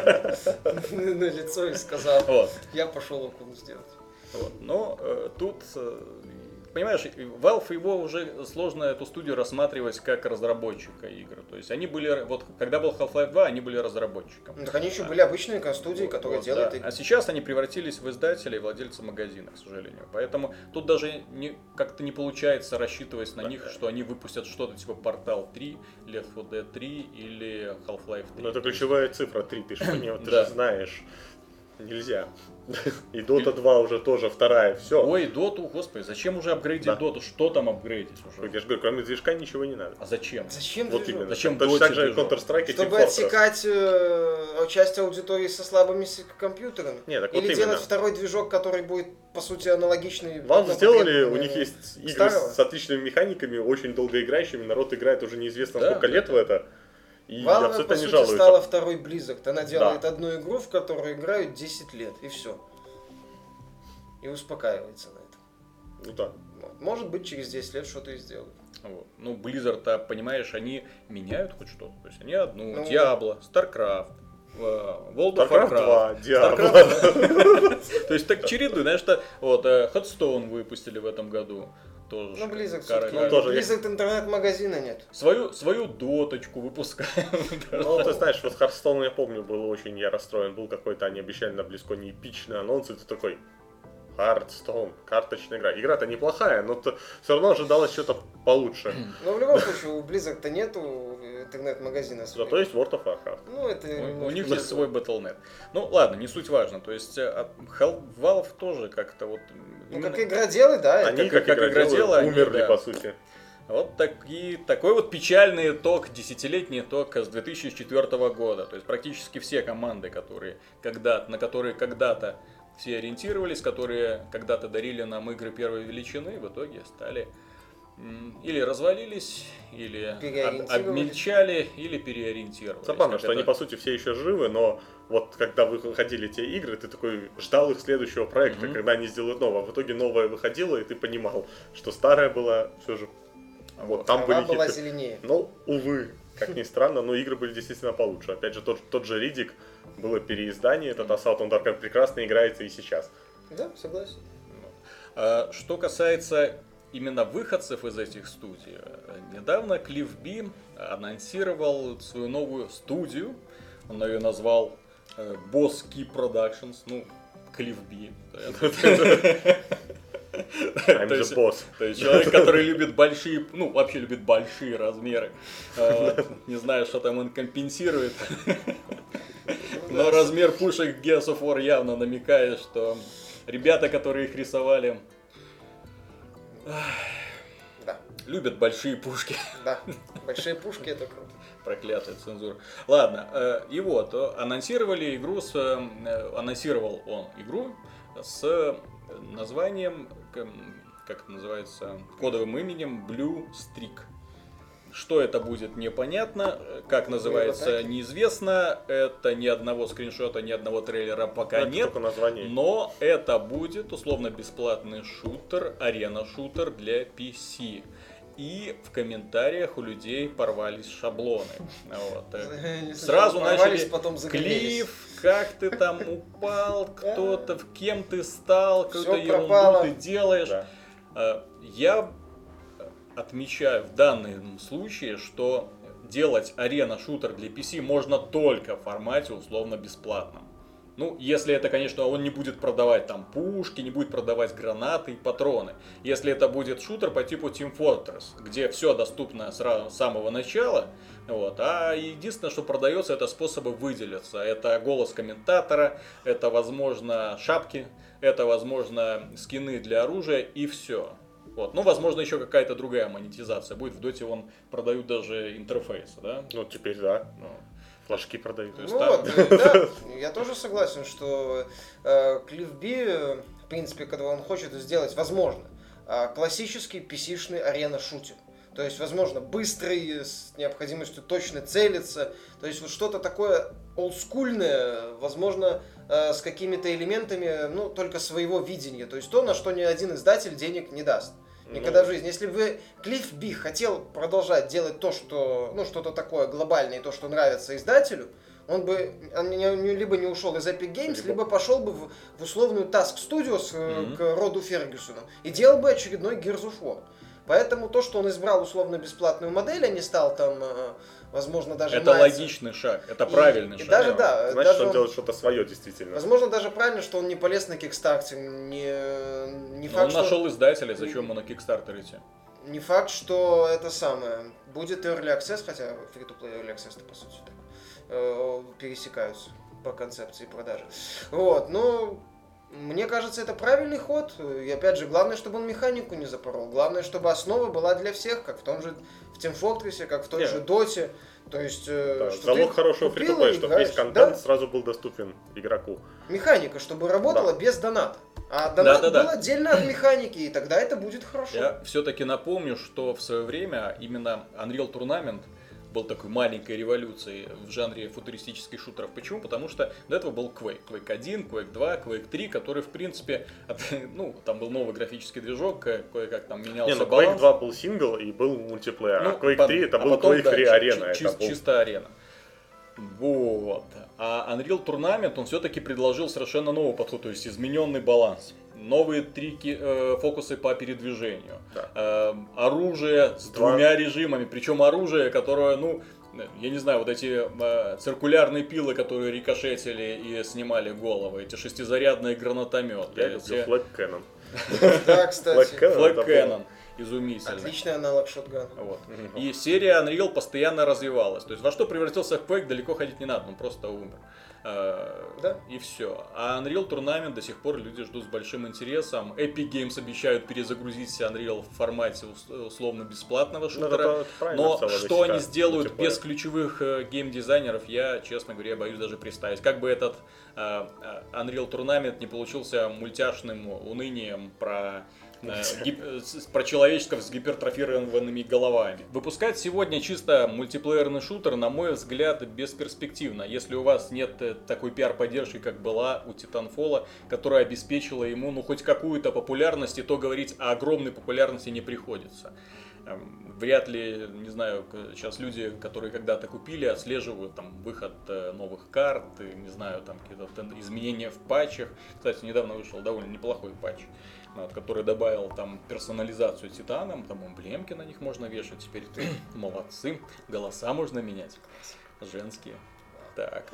[SPEAKER 2] натянул на лицо и сказал,
[SPEAKER 1] Вот.
[SPEAKER 2] я пошел окунь сделать.
[SPEAKER 1] Вот. Но тут, понимаешь, Valve его уже сложно эту студию рассматривать как разработчика игр. То есть они были, вот когда был Half-Life 2, они были разработчиком.
[SPEAKER 2] Ну, так они еще были обычные студии, которые
[SPEAKER 1] Вот,
[SPEAKER 2] делают
[SPEAKER 1] да.
[SPEAKER 2] игры.
[SPEAKER 1] А сейчас они превратились в издателей и владельца магазина, к сожалению. Поэтому тут даже как-то не получается рассчитывать на них, что они выпустят что-то типа Portal 3, Left 4 Dead 3 или Half-Life 3.
[SPEAKER 3] Ну, это ключевая цифра 3, ты же
[SPEAKER 1] Да.
[SPEAKER 3] знаешь. Нельзя. И Dota 2 уже тоже вторая, все.
[SPEAKER 1] Ой, Доту, господи, зачем уже апгрейдить
[SPEAKER 3] Да.
[SPEAKER 1] Доту? Что там апгрейдить уже?
[SPEAKER 3] Я же говорю, кроме движка ничего не надо.
[SPEAKER 1] А зачем?
[SPEAKER 2] Зачем
[SPEAKER 3] Вот
[SPEAKER 2] движок?
[SPEAKER 3] именно.
[SPEAKER 1] Зачем
[SPEAKER 3] Точно
[SPEAKER 1] Dota
[SPEAKER 3] так же
[SPEAKER 1] движок?
[SPEAKER 3] Counter-Strike и Team
[SPEAKER 2] Чтобы
[SPEAKER 3] Fortress.
[SPEAKER 2] отсекать часть аудитории со слабыми компьютерами.
[SPEAKER 3] Не, так вот
[SPEAKER 2] Или
[SPEAKER 3] именно.
[SPEAKER 2] делать второй движок, который будет, по сути, аналогичный.
[SPEAKER 3] Valve
[SPEAKER 2] ну,
[SPEAKER 3] сделали, у
[SPEAKER 2] потребованию
[SPEAKER 3] них есть игры
[SPEAKER 2] старого.
[SPEAKER 3] с отличными механиками, очень долгоиграющими, народ играет уже неизвестно
[SPEAKER 1] Да,
[SPEAKER 3] сколько
[SPEAKER 1] да,
[SPEAKER 3] лет
[SPEAKER 1] да.
[SPEAKER 3] в это. И
[SPEAKER 2] Valve,
[SPEAKER 3] абсолютно
[SPEAKER 2] по
[SPEAKER 3] не
[SPEAKER 2] сути,
[SPEAKER 3] жалуются.
[SPEAKER 2] стала второй Blizzard. Она делает одну игру, в которую играют 10 лет, и все. И успокаивается на этом.
[SPEAKER 3] Ну да.
[SPEAKER 2] Вот. Может быть, через 10 лет что-то и сделают.
[SPEAKER 1] Вот. Ну, Blizzard, понимаешь, они меняют хоть что-то. То есть они одну,
[SPEAKER 2] Ну.
[SPEAKER 1] Diablo, StarCraft, World of
[SPEAKER 3] StarCraft
[SPEAKER 1] Warcraft.
[SPEAKER 3] 2, Diablo.
[SPEAKER 1] То есть так чередуют, знаешь, что вот Hearthstone выпустили в этом году. Тоже
[SPEAKER 2] Ну, Blizzard
[SPEAKER 1] шикарно.
[SPEAKER 2] все-таки.
[SPEAKER 3] тоже
[SPEAKER 2] Blizzard интернет-магазина нет.
[SPEAKER 1] Свою доточку выпускаем.
[SPEAKER 3] Ну, ты знаешь, вот Hearthstone, я помню, был очень я расстроен. Был какой-то, они обещали на BlizzCon эпичный анонс, и ты такой... Hearthstone, карточная игра. Игра-то неплохая, но все равно ожидалось что-то получше.
[SPEAKER 2] Но в любом случае у Blizzard-то нету интернет-магазина своего.
[SPEAKER 3] Зато есть World of Warcraft.
[SPEAKER 2] Ну, это...
[SPEAKER 1] У них есть свой Battle.net. Ну, ладно, не суть важно. То есть Valve тоже как-то вот...
[SPEAKER 2] Ну,
[SPEAKER 1] именно-
[SPEAKER 2] как игроделы, да. это-
[SPEAKER 3] Они,
[SPEAKER 1] как
[SPEAKER 3] как
[SPEAKER 1] игроделы,
[SPEAKER 3] игроделы,
[SPEAKER 1] они,
[SPEAKER 3] умерли,
[SPEAKER 1] да.
[SPEAKER 3] по сути.
[SPEAKER 1] Вот такой вот печальный итог, десятилетний итог с 2004 года. То есть практически все команды, на которые когда-то все ориентировались, которые когда-то дарили нам игры первой величины, в итоге стали или развалились, или
[SPEAKER 2] Переориентировались.
[SPEAKER 1] обмельчали, или переориентировались.
[SPEAKER 3] Забавно,
[SPEAKER 1] Как
[SPEAKER 3] что они,
[SPEAKER 1] это-
[SPEAKER 3] по сути, все еще живы, но вот когда выходили те игры, ты такой ждал их следующего проекта, когда они сделают новое. А в итоге новое выходило, и ты понимал, что старое было все же... Вот, там
[SPEAKER 2] Трава
[SPEAKER 3] были
[SPEAKER 2] была
[SPEAKER 3] хиты.
[SPEAKER 2] зеленее.
[SPEAKER 3] Ну, увы, как ни странно, но игры были действительно получше. Опять же, тот же Ридик, было переиздание, этот Assault on Dark прекрасно играется и сейчас.
[SPEAKER 2] Да, согласен.
[SPEAKER 1] А что касается именно выходцев из этих студий, недавно Cliff B анонсировал свою новую студию. Он ее назвал Boss Key Productions, ну, Cliff B.
[SPEAKER 3] I'm
[SPEAKER 1] То
[SPEAKER 3] the
[SPEAKER 1] есть-
[SPEAKER 3] boss.
[SPEAKER 1] То есть человек, который любит большие, ну, вообще любит большие размеры. Не знаю, что там он компенсирует. Но размер пушек Gears of War явно намекает, что ребята, которые их рисовали,
[SPEAKER 2] Да.
[SPEAKER 1] Любят большие пушки.
[SPEAKER 2] Да, большие пушки это круто.
[SPEAKER 1] Проклятая цензура. Ладно, и вот, анонсировал он игру с названием, как это называется, кодовым именем Blue Streak. Что это будет, непонятно. Как называется, неизвестно. Это ни одного скриншота, ни одного трейлера пока
[SPEAKER 3] это
[SPEAKER 1] нет.
[SPEAKER 3] только название.
[SPEAKER 1] Но это будет условно-бесплатный шутер, арена-шутер для PC. И в комментариях у людей порвались шаблоны. Вот. Сразу начали:
[SPEAKER 2] потом
[SPEAKER 1] Клифф, как ты там упал, кто-то, кем ты стал, какую-то ерунду
[SPEAKER 2] пропало.
[SPEAKER 1] ты делаешь.
[SPEAKER 3] Да.
[SPEAKER 1] Я отмечаю в данном случае, что делать арена-шутер для PC можно только в формате условно-бесплатном. Ну, если это, конечно, он не будет продавать там пушки, не будет продавать гранаты и патроны. Если это будет шутер по типу Team Fortress, где все доступно с самого начала, вот, а единственное, что продается, это способы выделиться. Это голос комментатора, это, возможно, шапки, это, возможно, скины для оружия и все. Вот. Ну, возможно, еще какая-то другая монетизация будет. В Доте вон продают даже интерфейсы, да?
[SPEAKER 3] Ну, теперь да. Флажки продают.
[SPEAKER 2] Ну вот, да, я тоже согласен, что Клифф Би, в принципе, когда он хочет сделать, возможно, классический PC-шный арена-шутер. То есть, возможно, быстрый, с необходимостью точно целиться. То есть, вот что-то такое олдскульное, возможно, с какими-то элементами, ну, только своего видения. То есть, то, на что ни один издатель денег не даст. Никогда в жизни. Если бы Клифф Би хотел продолжать делать то, что, ну, что-то такое глобальное, то, что нравится издателю, он бы либо не ушел из Epic Games, либо пошел бы в условную Task Studios к Роду Фергюсону и делал бы очередной Gears of War. Поэтому то, что он избрал условно-бесплатную модель, а не стал там, возможно, даже
[SPEAKER 1] это логичный шаг, это правильный шаг.
[SPEAKER 2] Даже, да,
[SPEAKER 3] значит,
[SPEAKER 2] даже
[SPEAKER 3] он делает что-то свое, действительно.
[SPEAKER 2] Возможно, даже правильно, что он не полез на Кикстарте. Не факт,
[SPEAKER 1] он нашел издателя, зачем ему на Кикстартер идти?
[SPEAKER 2] Не факт, что это самое. Будет Early Access, хотя Free-to-Play Early Access-то, по сути, так, пересекаются по концепции продажи. Вот, но мне кажется, это правильный ход. И опять же, главное, чтобы он механику не запорол. Главное, чтобы основа была для всех, как в том же в Team Fortress, как в той же Доте. То есть,
[SPEAKER 3] да, залог хорошего фри-то-плея, чтобы весь контент сразу был доступен игроку.
[SPEAKER 2] Механика, чтобы работала без доната. А донат был отдельно от механики, и тогда это будет хорошо.
[SPEAKER 1] Я все-таки напомню, что в свое время именно Unreal Tournament был такой маленькой революцией в жанре футуристических шутеров. Почему? Потому что до этого был Quake. Quake 1, Quake 2, Quake 3, который, в принципе, ну, там был новый графический движок, кое-как там менялся баланс.
[SPEAKER 3] Quake 2 был сингл и был мультиплеер, а Quake 3 это был Quake 3 арена.
[SPEAKER 1] Чисто арена. Вот. А Unreal Tournament, он все-таки предложил совершенно новый подход, то есть измененный баланс. Новые трики, фокусы по передвижению. Да. Оружие с двумя режимами. Причем оружие, которое, ну, я не знаю, вот эти циркулярные пилы, которые рикошетили и снимали головы. Эти шестизарядные гранатометы.
[SPEAKER 3] Я люблю флэк-кэннон.
[SPEAKER 2] Да, кстати.
[SPEAKER 1] Флэк-кэннон. Изумительно.
[SPEAKER 2] Отличный аналог шотгана.
[SPEAKER 1] Вот. И серия Unreal постоянно развивалась. То есть во что превратился Quake, далеко ходить не надо, он просто умер.
[SPEAKER 2] Да.
[SPEAKER 1] И все. А Unreal Tournament до сих пор люди ждут с большим интересом. Epic Games обещают перезагрузить Unreal в формате условно-бесплатного шутера. Но что они сделают без ключевых геймдизайнеров, я, честно говоря, боюсь даже представить. Как бы этот Unreal Tournament не получился мультяшным унынием про человечков с гипертрофированными головами. Выпускать сегодня чисто мультиплеерный шутер, на мой взгляд, бесперспективно. Если у вас нет такой пиар-поддержки, как была у Titanfall, которая обеспечила ему, ну, хоть какую-то популярность, и то говорить о огромной популярности не приходится. Вряд ли, не знаю, сейчас люди, которые когда-то купили, отслеживают там выход новых карт, и, не знаю, там какие-то изменения в патчах. Кстати, недавно вышел довольно неплохой патч, который добавил там персонализацию титанам, там эмблемки на них можно вешать, теперь молодцы, голоса можно менять, женские. Так.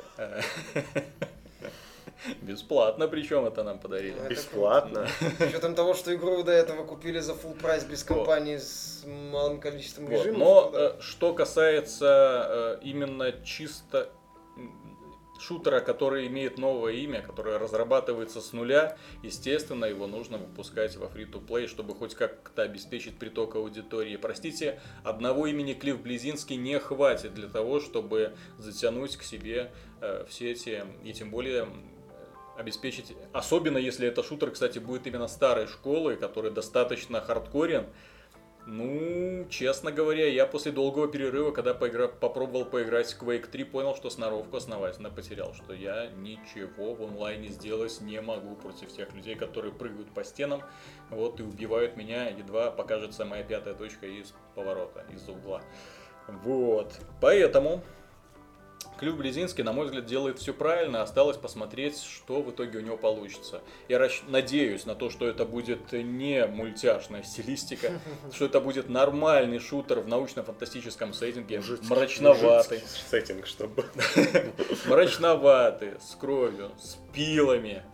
[SPEAKER 1] Бесплатно, причем это нам подарили.
[SPEAKER 3] Бесплатно.
[SPEAKER 2] С учетом того, что игру до этого купили за full прайс без кампании с малым количеством режимов.
[SPEAKER 1] Но что касается именно чисто... шутера, который имеет новое имя, который разрабатывается с нуля, естественно, его нужно выпускать во free-to-play, чтобы хоть как-то обеспечить приток аудитории. Простите, одного имени Клифф Близинский не хватит для того, чтобы затянуть к себе все эти, и тем более обеспечить, особенно если это шутер, кстати, будет именно старой школы, который достаточно хардкорен. Ну, честно говоря, я после долгого перерыва, когда попробовал поиграть в Quake 3, понял, что сноровку основательно потерял, что я ничего в онлайне сделать не могу против тех людей, которые прыгают по стенам, вот, и убивают меня, едва покажется моя пятая точка из поворота, из-за угла. Вот, поэтому Клифф Близинский, на мой взгляд, делает все правильно. Осталось посмотреть, что в итоге у него получится. Я надеюсь на то, что это будет не мультяшная стилистика, что это будет нормальный шутер в научно-фантастическом сеттинге, мрачноватый.
[SPEAKER 3] Сеттинг, чтобы...
[SPEAKER 1] Мрачноватый, с кровью, с пилами.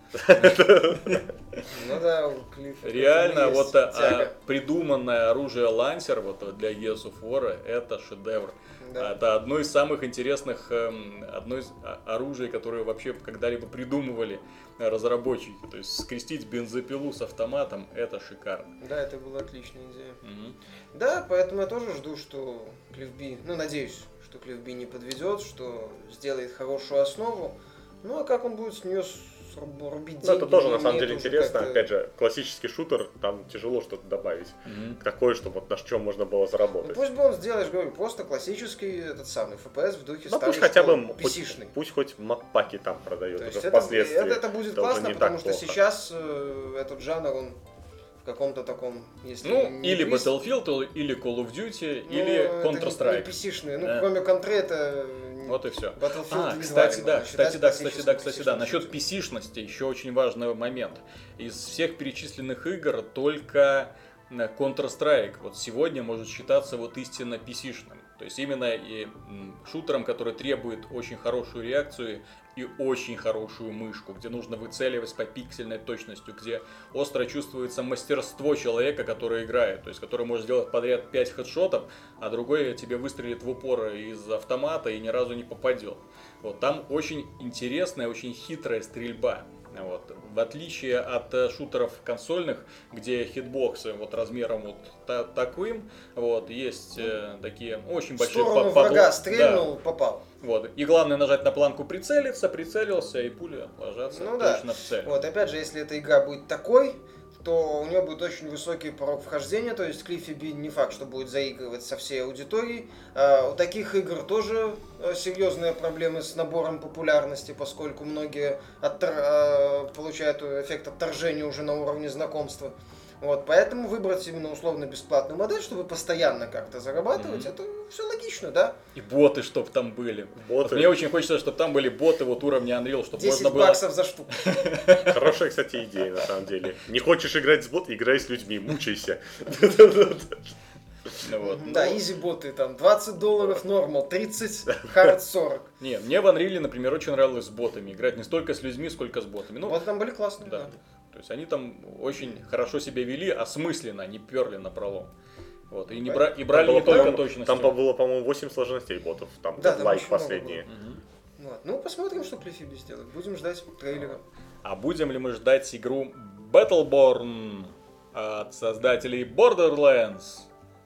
[SPEAKER 2] Ну да, у Клиффа
[SPEAKER 1] реально, вот придуманное оружие Лансер вот, для Gears of War это шедевр. Да. Это одно из самых интересных, одно из оружий, которые вообще когда-либо придумывали разработчики. То есть скрестить бензопилу с автоматом, это шикарно.
[SPEAKER 2] Да, это была отличная идея. Да, поэтому я тоже жду, что Cliff B, ну надеюсь, что Cliff B не подведет, что сделает хорошую основу. Ну а как он будет с нее рубить деньги?
[SPEAKER 3] Ну, это тоже на самом деле интересно. Опять же, классический шутер, там тяжело что-то добавить. Такое, чтобы вот на чем можно было заработать.
[SPEAKER 2] Ну, пусть бы он сделаешь, говорю, просто классический этот самый FPS в духе старой
[SPEAKER 3] пусть хотя бы
[SPEAKER 2] PC-шный.
[SPEAKER 3] Пусть хоть маппаки там продают
[SPEAKER 2] уже
[SPEAKER 3] это, впоследствии.
[SPEAKER 2] Это будет классно, потому что сейчас этот жанр, он в каком-то таком, если
[SPEAKER 1] или Battlefield, или Call of Duty, или Counter-Strike.
[SPEAKER 2] Не PC-шные, ну кроме контры это...
[SPEAKER 1] Вот и все.
[SPEAKER 2] Кстати,
[SPEAKER 1] да. Насчет PC-шности еще очень важный момент. Из всех перечисленных игр только Counter-Strike вот сегодня может считаться вот истинно PC-шным. То есть именно и шутером, который требует очень хорошую реакцию и очень хорошую мышку, где нужно выцеливать по пиксельной точностью, где остро чувствуется мастерство человека, который играет, то есть который может сделать подряд 5 хедшотов, а другой тебе выстрелит в упор из автомата и ни разу не попадет. Вот там очень интересная, очень хитрая стрельба. Вот. В отличие от шутеров консольных, где хитбоксы вот размером вот таким, вот, есть такие очень большие...
[SPEAKER 2] В сторону врага стрельнул, да. Попал.
[SPEAKER 1] Вот. И главное нажать на планку прицелился, и пули ложатся точно в цель.
[SPEAKER 2] Вот, опять же, если эта игра будет такой, то у нее будет очень высокий порог вхождения, то есть Клиффи Би не факт, что будет заигрывать со всей аудиторией. У таких игр тоже серьезные проблемы с набором популярности, поскольку многие получают эффект отторжения уже на уровне знакомства. Вот, поэтому выбрать именно условно-бесплатную модель, чтобы постоянно как-то зарабатывать, это все логично, да?
[SPEAKER 1] И боты, чтоб там были. Вот мне очень хочется, чтобы там были боты вот уровня Unreal, чтобы можно было...
[SPEAKER 2] 10 баксов за штуку.
[SPEAKER 3] Хорошая, кстати, идея, на самом деле. Не хочешь играть с ботом, играй с людьми, мучайся.
[SPEAKER 2] Да, изи-боты там, $20 нормал, 30 хард 40.
[SPEAKER 1] Не, мне в Unreal, например, очень нравилось с ботами играть, не столько с людьми, сколько с ботами.
[SPEAKER 2] Вот там были классные, да.
[SPEAKER 1] То есть они там очень хорошо себя вели, осмысленно, не перли на пролом. Вот. И брали не только точность.
[SPEAKER 3] Там было, по-моему, 8 сложностей ботов, там лайк последние.
[SPEAKER 2] Ну, посмотрим, что Cliffy B сделает. Будем ждать трейлера.
[SPEAKER 1] А будем ли мы ждать игру Battleborn от создателей Borderlands?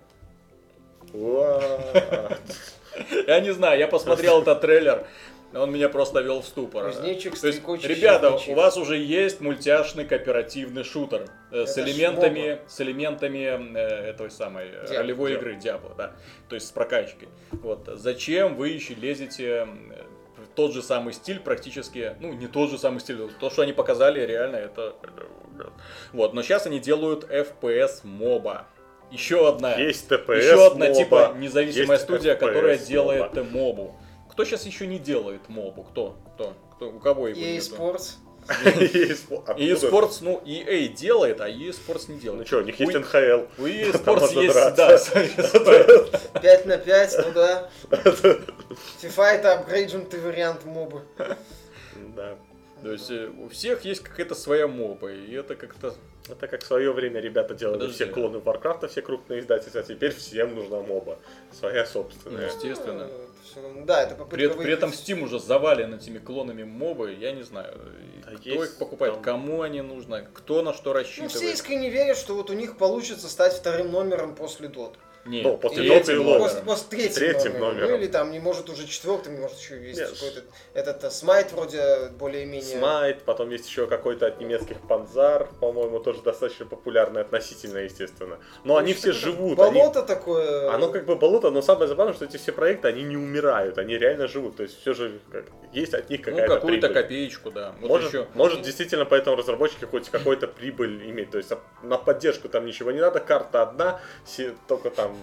[SPEAKER 1] Я не знаю, я посмотрел этот трейлер. Он меня просто вел в ступор.
[SPEAKER 2] Кузнечик,
[SPEAKER 1] то есть, ребята, у вас уже есть мультяшный кооперативный шутер с элементами этой самой ролевой игры Diablo, да. То есть с прокачкой. Вот. Зачем вы еще лезете в тот же самый стиль практически, ну не тот же самый стиль, то, что они показали, реально это... Вот, но сейчас они делают FPS моба. Еще одна типа независимая студия, которая делает мобу. Кто сейчас еще не делает мобу? Кто? У кого его
[SPEAKER 2] EA Sports.
[SPEAKER 1] EA Sports, ну, EA делает, а EA Sports не делает.
[SPEAKER 3] Ну что, у них есть NHL.
[SPEAKER 1] У EA Sports есть, да.
[SPEAKER 2] 5 на 5, ну да. FIFA это апгрейджентый вариант мобы.
[SPEAKER 3] Да.
[SPEAKER 1] То есть у всех есть какая-то своя моба, и это как-то...
[SPEAKER 3] Это как в свое время ребята делали
[SPEAKER 1] Подожди.
[SPEAKER 3] все клоны Варкрафта, все крупные издательства, а теперь всем нужна моба. Своя собственная.
[SPEAKER 1] Естественно.
[SPEAKER 2] Да, это попытка
[SPEAKER 1] При этом
[SPEAKER 2] выиграть.
[SPEAKER 1] Steam уже завален этими клонами мобы, я не знаю,
[SPEAKER 3] Да
[SPEAKER 1] кто
[SPEAKER 3] есть
[SPEAKER 1] их покупает,
[SPEAKER 3] там-
[SPEAKER 1] кому они нужны, кто на что
[SPEAKER 2] Ну,
[SPEAKER 1] рассчитывает.
[SPEAKER 2] все искренне верят, что вот у них получится стать вторым номером после Dota.
[SPEAKER 1] Нет,
[SPEAKER 3] Ну, после
[SPEAKER 1] третьим
[SPEAKER 3] Dota и
[SPEAKER 1] номером.
[SPEAKER 3] Log.
[SPEAKER 2] После третьим,
[SPEAKER 3] Третьим
[SPEAKER 2] номером.
[SPEAKER 3] номером.
[SPEAKER 2] Ну или там, не может уже четвертым, может еще есть
[SPEAKER 3] Нет.
[SPEAKER 2] какой-то этот Смайт вроде более-менее.
[SPEAKER 3] Смайт, потом есть еще какой-то от немецких Панзар, по-моему, тоже достаточно популярный относительно, естественно. Но они все живут.
[SPEAKER 2] Болото такое.
[SPEAKER 3] Оно как бы болото, но самое забавное, что эти все проекты, они не умирают, они реально живут. То есть все же есть от них
[SPEAKER 1] Ну,
[SPEAKER 3] какая-то
[SPEAKER 1] какую-то
[SPEAKER 3] прибыль.
[SPEAKER 1] копеечку, да. Вот
[SPEAKER 3] Может,
[SPEAKER 1] еще.
[SPEAKER 3] может действительно поэтому разработчики хоть какую-то прибыль иметь. То есть на поддержку там ничего не надо, карта одна, только там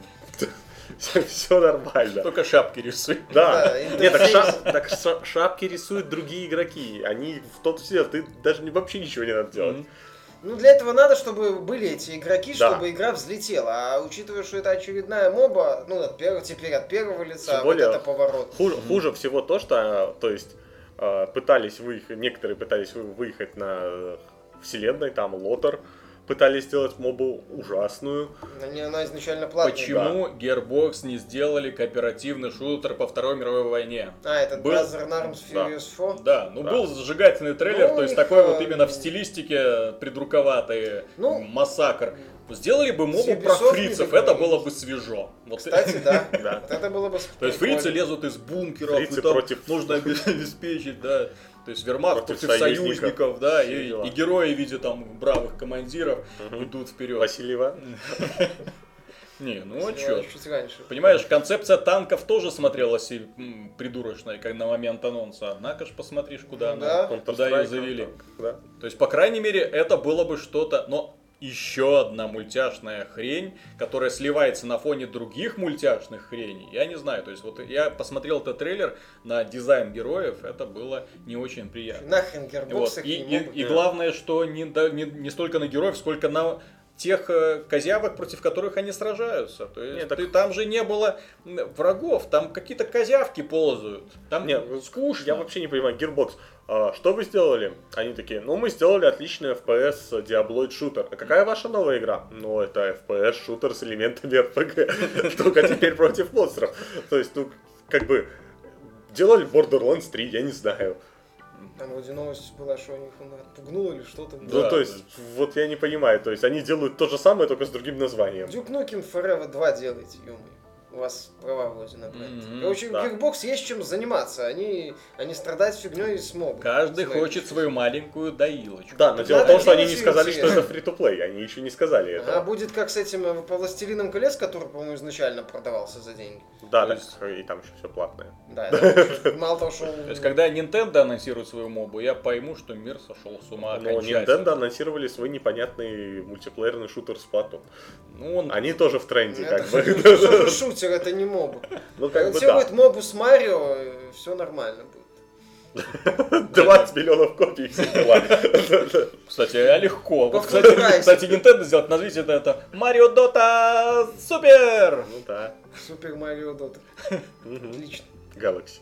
[SPEAKER 3] все нормально.
[SPEAKER 1] Только шапки рисуй.
[SPEAKER 3] Да.
[SPEAKER 2] Да,
[SPEAKER 3] Нет,
[SPEAKER 2] интерфейс.
[SPEAKER 3] шапки рисуют другие игроки. Они в тот все, ты даже вообще ничего не надо делать.
[SPEAKER 1] Мгм.
[SPEAKER 2] Ну, для этого надо, чтобы были эти игроки,
[SPEAKER 3] Да.
[SPEAKER 2] чтобы игра взлетела. А учитывая, что это очередная моба, ну, теперь от первого лица,
[SPEAKER 3] Тем более,
[SPEAKER 2] вот это поворот.
[SPEAKER 3] Хуже всего то, что, то есть, пытались выехать, некоторые пытались выехать на вселенной, там Лотер пытались сделать мобу ужасную.
[SPEAKER 2] Она изначально платная.
[SPEAKER 1] Почему Gearbox не сделали кооперативный шутер по Второй мировой войне?
[SPEAKER 2] А, этот
[SPEAKER 1] Был-
[SPEAKER 2] Brother Arms Furious 4?
[SPEAKER 1] Да,
[SPEAKER 3] Да.
[SPEAKER 1] был зажигательный трейлер,
[SPEAKER 2] Ну,
[SPEAKER 1] то есть
[SPEAKER 2] у них,
[SPEAKER 1] такой вот именно в стилистике придурковатый
[SPEAKER 2] Ну,
[SPEAKER 1] массакр. Сделали бы мобу
[SPEAKER 2] с
[SPEAKER 1] про
[SPEAKER 2] Ubisoft
[SPEAKER 1] фрицев,
[SPEAKER 2] не
[SPEAKER 1] это
[SPEAKER 2] договорились.
[SPEAKER 1] было бы свежо. Вот.
[SPEAKER 2] Кстати, да.
[SPEAKER 3] Да.
[SPEAKER 2] Вот это было бы
[SPEAKER 1] То есть
[SPEAKER 2] прикольно.
[SPEAKER 1] фрицы лезут из бункеров,
[SPEAKER 3] Фрицы
[SPEAKER 1] и там
[SPEAKER 3] против-
[SPEAKER 1] нужно обеспечить, да. То есть вермахт
[SPEAKER 3] Против
[SPEAKER 1] против
[SPEAKER 3] союзников.
[SPEAKER 1] союзников, да,
[SPEAKER 3] Все дела.
[SPEAKER 1] и герои в виде там бравых командиров идут вперед.
[SPEAKER 3] Васильева.
[SPEAKER 1] Не, ну а
[SPEAKER 2] Если
[SPEAKER 1] чё?
[SPEAKER 2] чуть раньше.
[SPEAKER 1] Понимаешь, концепция танков тоже смотрелась и придурочной, как на момент анонса. Однако ж посмотришь, куда
[SPEAKER 2] Ну да.
[SPEAKER 1] она, куда ее завели.
[SPEAKER 3] Да.
[SPEAKER 1] То есть, по крайней мере, это было бы что-то, но еще одна мультяшная хрень, которая сливается на фоне других мультяшных хреней. Я не знаю, то есть вот я посмотрел этот трейлер на дизайн героев, это было не очень приятно.
[SPEAKER 2] Нахрен Gearbox
[SPEAKER 1] Вот.
[SPEAKER 2] их
[SPEAKER 1] И,
[SPEAKER 2] не
[SPEAKER 1] и-
[SPEAKER 2] могут.
[SPEAKER 1] и главное, что не столько на героев, сколько на тех козявок, против которых они сражаются. То есть
[SPEAKER 3] Нет, так-
[SPEAKER 1] там же не было врагов, там какие-то козявки ползают. Там
[SPEAKER 3] Нет,
[SPEAKER 1] скучно.
[SPEAKER 3] Я вообще не понимаю, Gearbox, что вы сделали? Они такие, ну мы сделали отличный FPS Diabloid шутер. А какая ваша новая игра? Ну это FPS шутер с элементами RPG, только теперь против монстров. То есть, ну, как бы, делали Borderlands 3, я не знаю.
[SPEAKER 2] Там вроде новость была, что у них он отпугнуло или что-то.
[SPEAKER 1] Да.
[SPEAKER 3] Ну, то есть, вот я не понимаю, то есть, они делают то же самое, только с другим названием.
[SPEAKER 2] Duke Nukem Forever 2 делайте, ё-моё. У вас права вроде на бренд.
[SPEAKER 1] Мгм,
[SPEAKER 2] Короче, у
[SPEAKER 3] да.
[SPEAKER 2] Gearbox есть чем заниматься. Они страдают фигней с мобом.
[SPEAKER 1] Каждый
[SPEAKER 2] Знаете.
[SPEAKER 1] хочет свою маленькую доилочку.
[SPEAKER 3] Да, но дело в
[SPEAKER 2] Надо
[SPEAKER 3] том, что они не
[SPEAKER 2] делать
[SPEAKER 3] сказали, что
[SPEAKER 2] интересно.
[SPEAKER 3] это фри-то-плей, они еще не сказали
[SPEAKER 2] А
[SPEAKER 3] этого.
[SPEAKER 2] будет как с этим по Властелинам колец, который, по-моему, изначально продавался за деньги.
[SPEAKER 3] Да,
[SPEAKER 1] то
[SPEAKER 3] так, и там еще все платное.
[SPEAKER 2] Да, это мало того, что...
[SPEAKER 1] То есть, когда Nintendo анонсирует свою мобу, я пойму, что мир сошел с ума
[SPEAKER 3] Но
[SPEAKER 1] окончательно.
[SPEAKER 3] Nintendo анонсировали свой непонятный мультиплеерный шутер Splatoon.
[SPEAKER 1] Ну, он
[SPEAKER 3] Они тоже в тренде,
[SPEAKER 2] Это
[SPEAKER 3] как бы.
[SPEAKER 2] что же шутер, это не моб.
[SPEAKER 3] Ну, как бы
[SPEAKER 2] Все
[SPEAKER 3] да.
[SPEAKER 2] будет мобу с Марио, все нормально будет.
[SPEAKER 3] 20 миллионов копий, все дела.
[SPEAKER 1] Кстати, легко. Вот,
[SPEAKER 2] Повторяйся.
[SPEAKER 1] кстати, Nintendo сделать, назовите это Марио Дота Супер!
[SPEAKER 3] Ну да.
[SPEAKER 2] Супер Марио Дота.
[SPEAKER 3] Мгм.
[SPEAKER 2] Отлично.
[SPEAKER 3] Galaxy.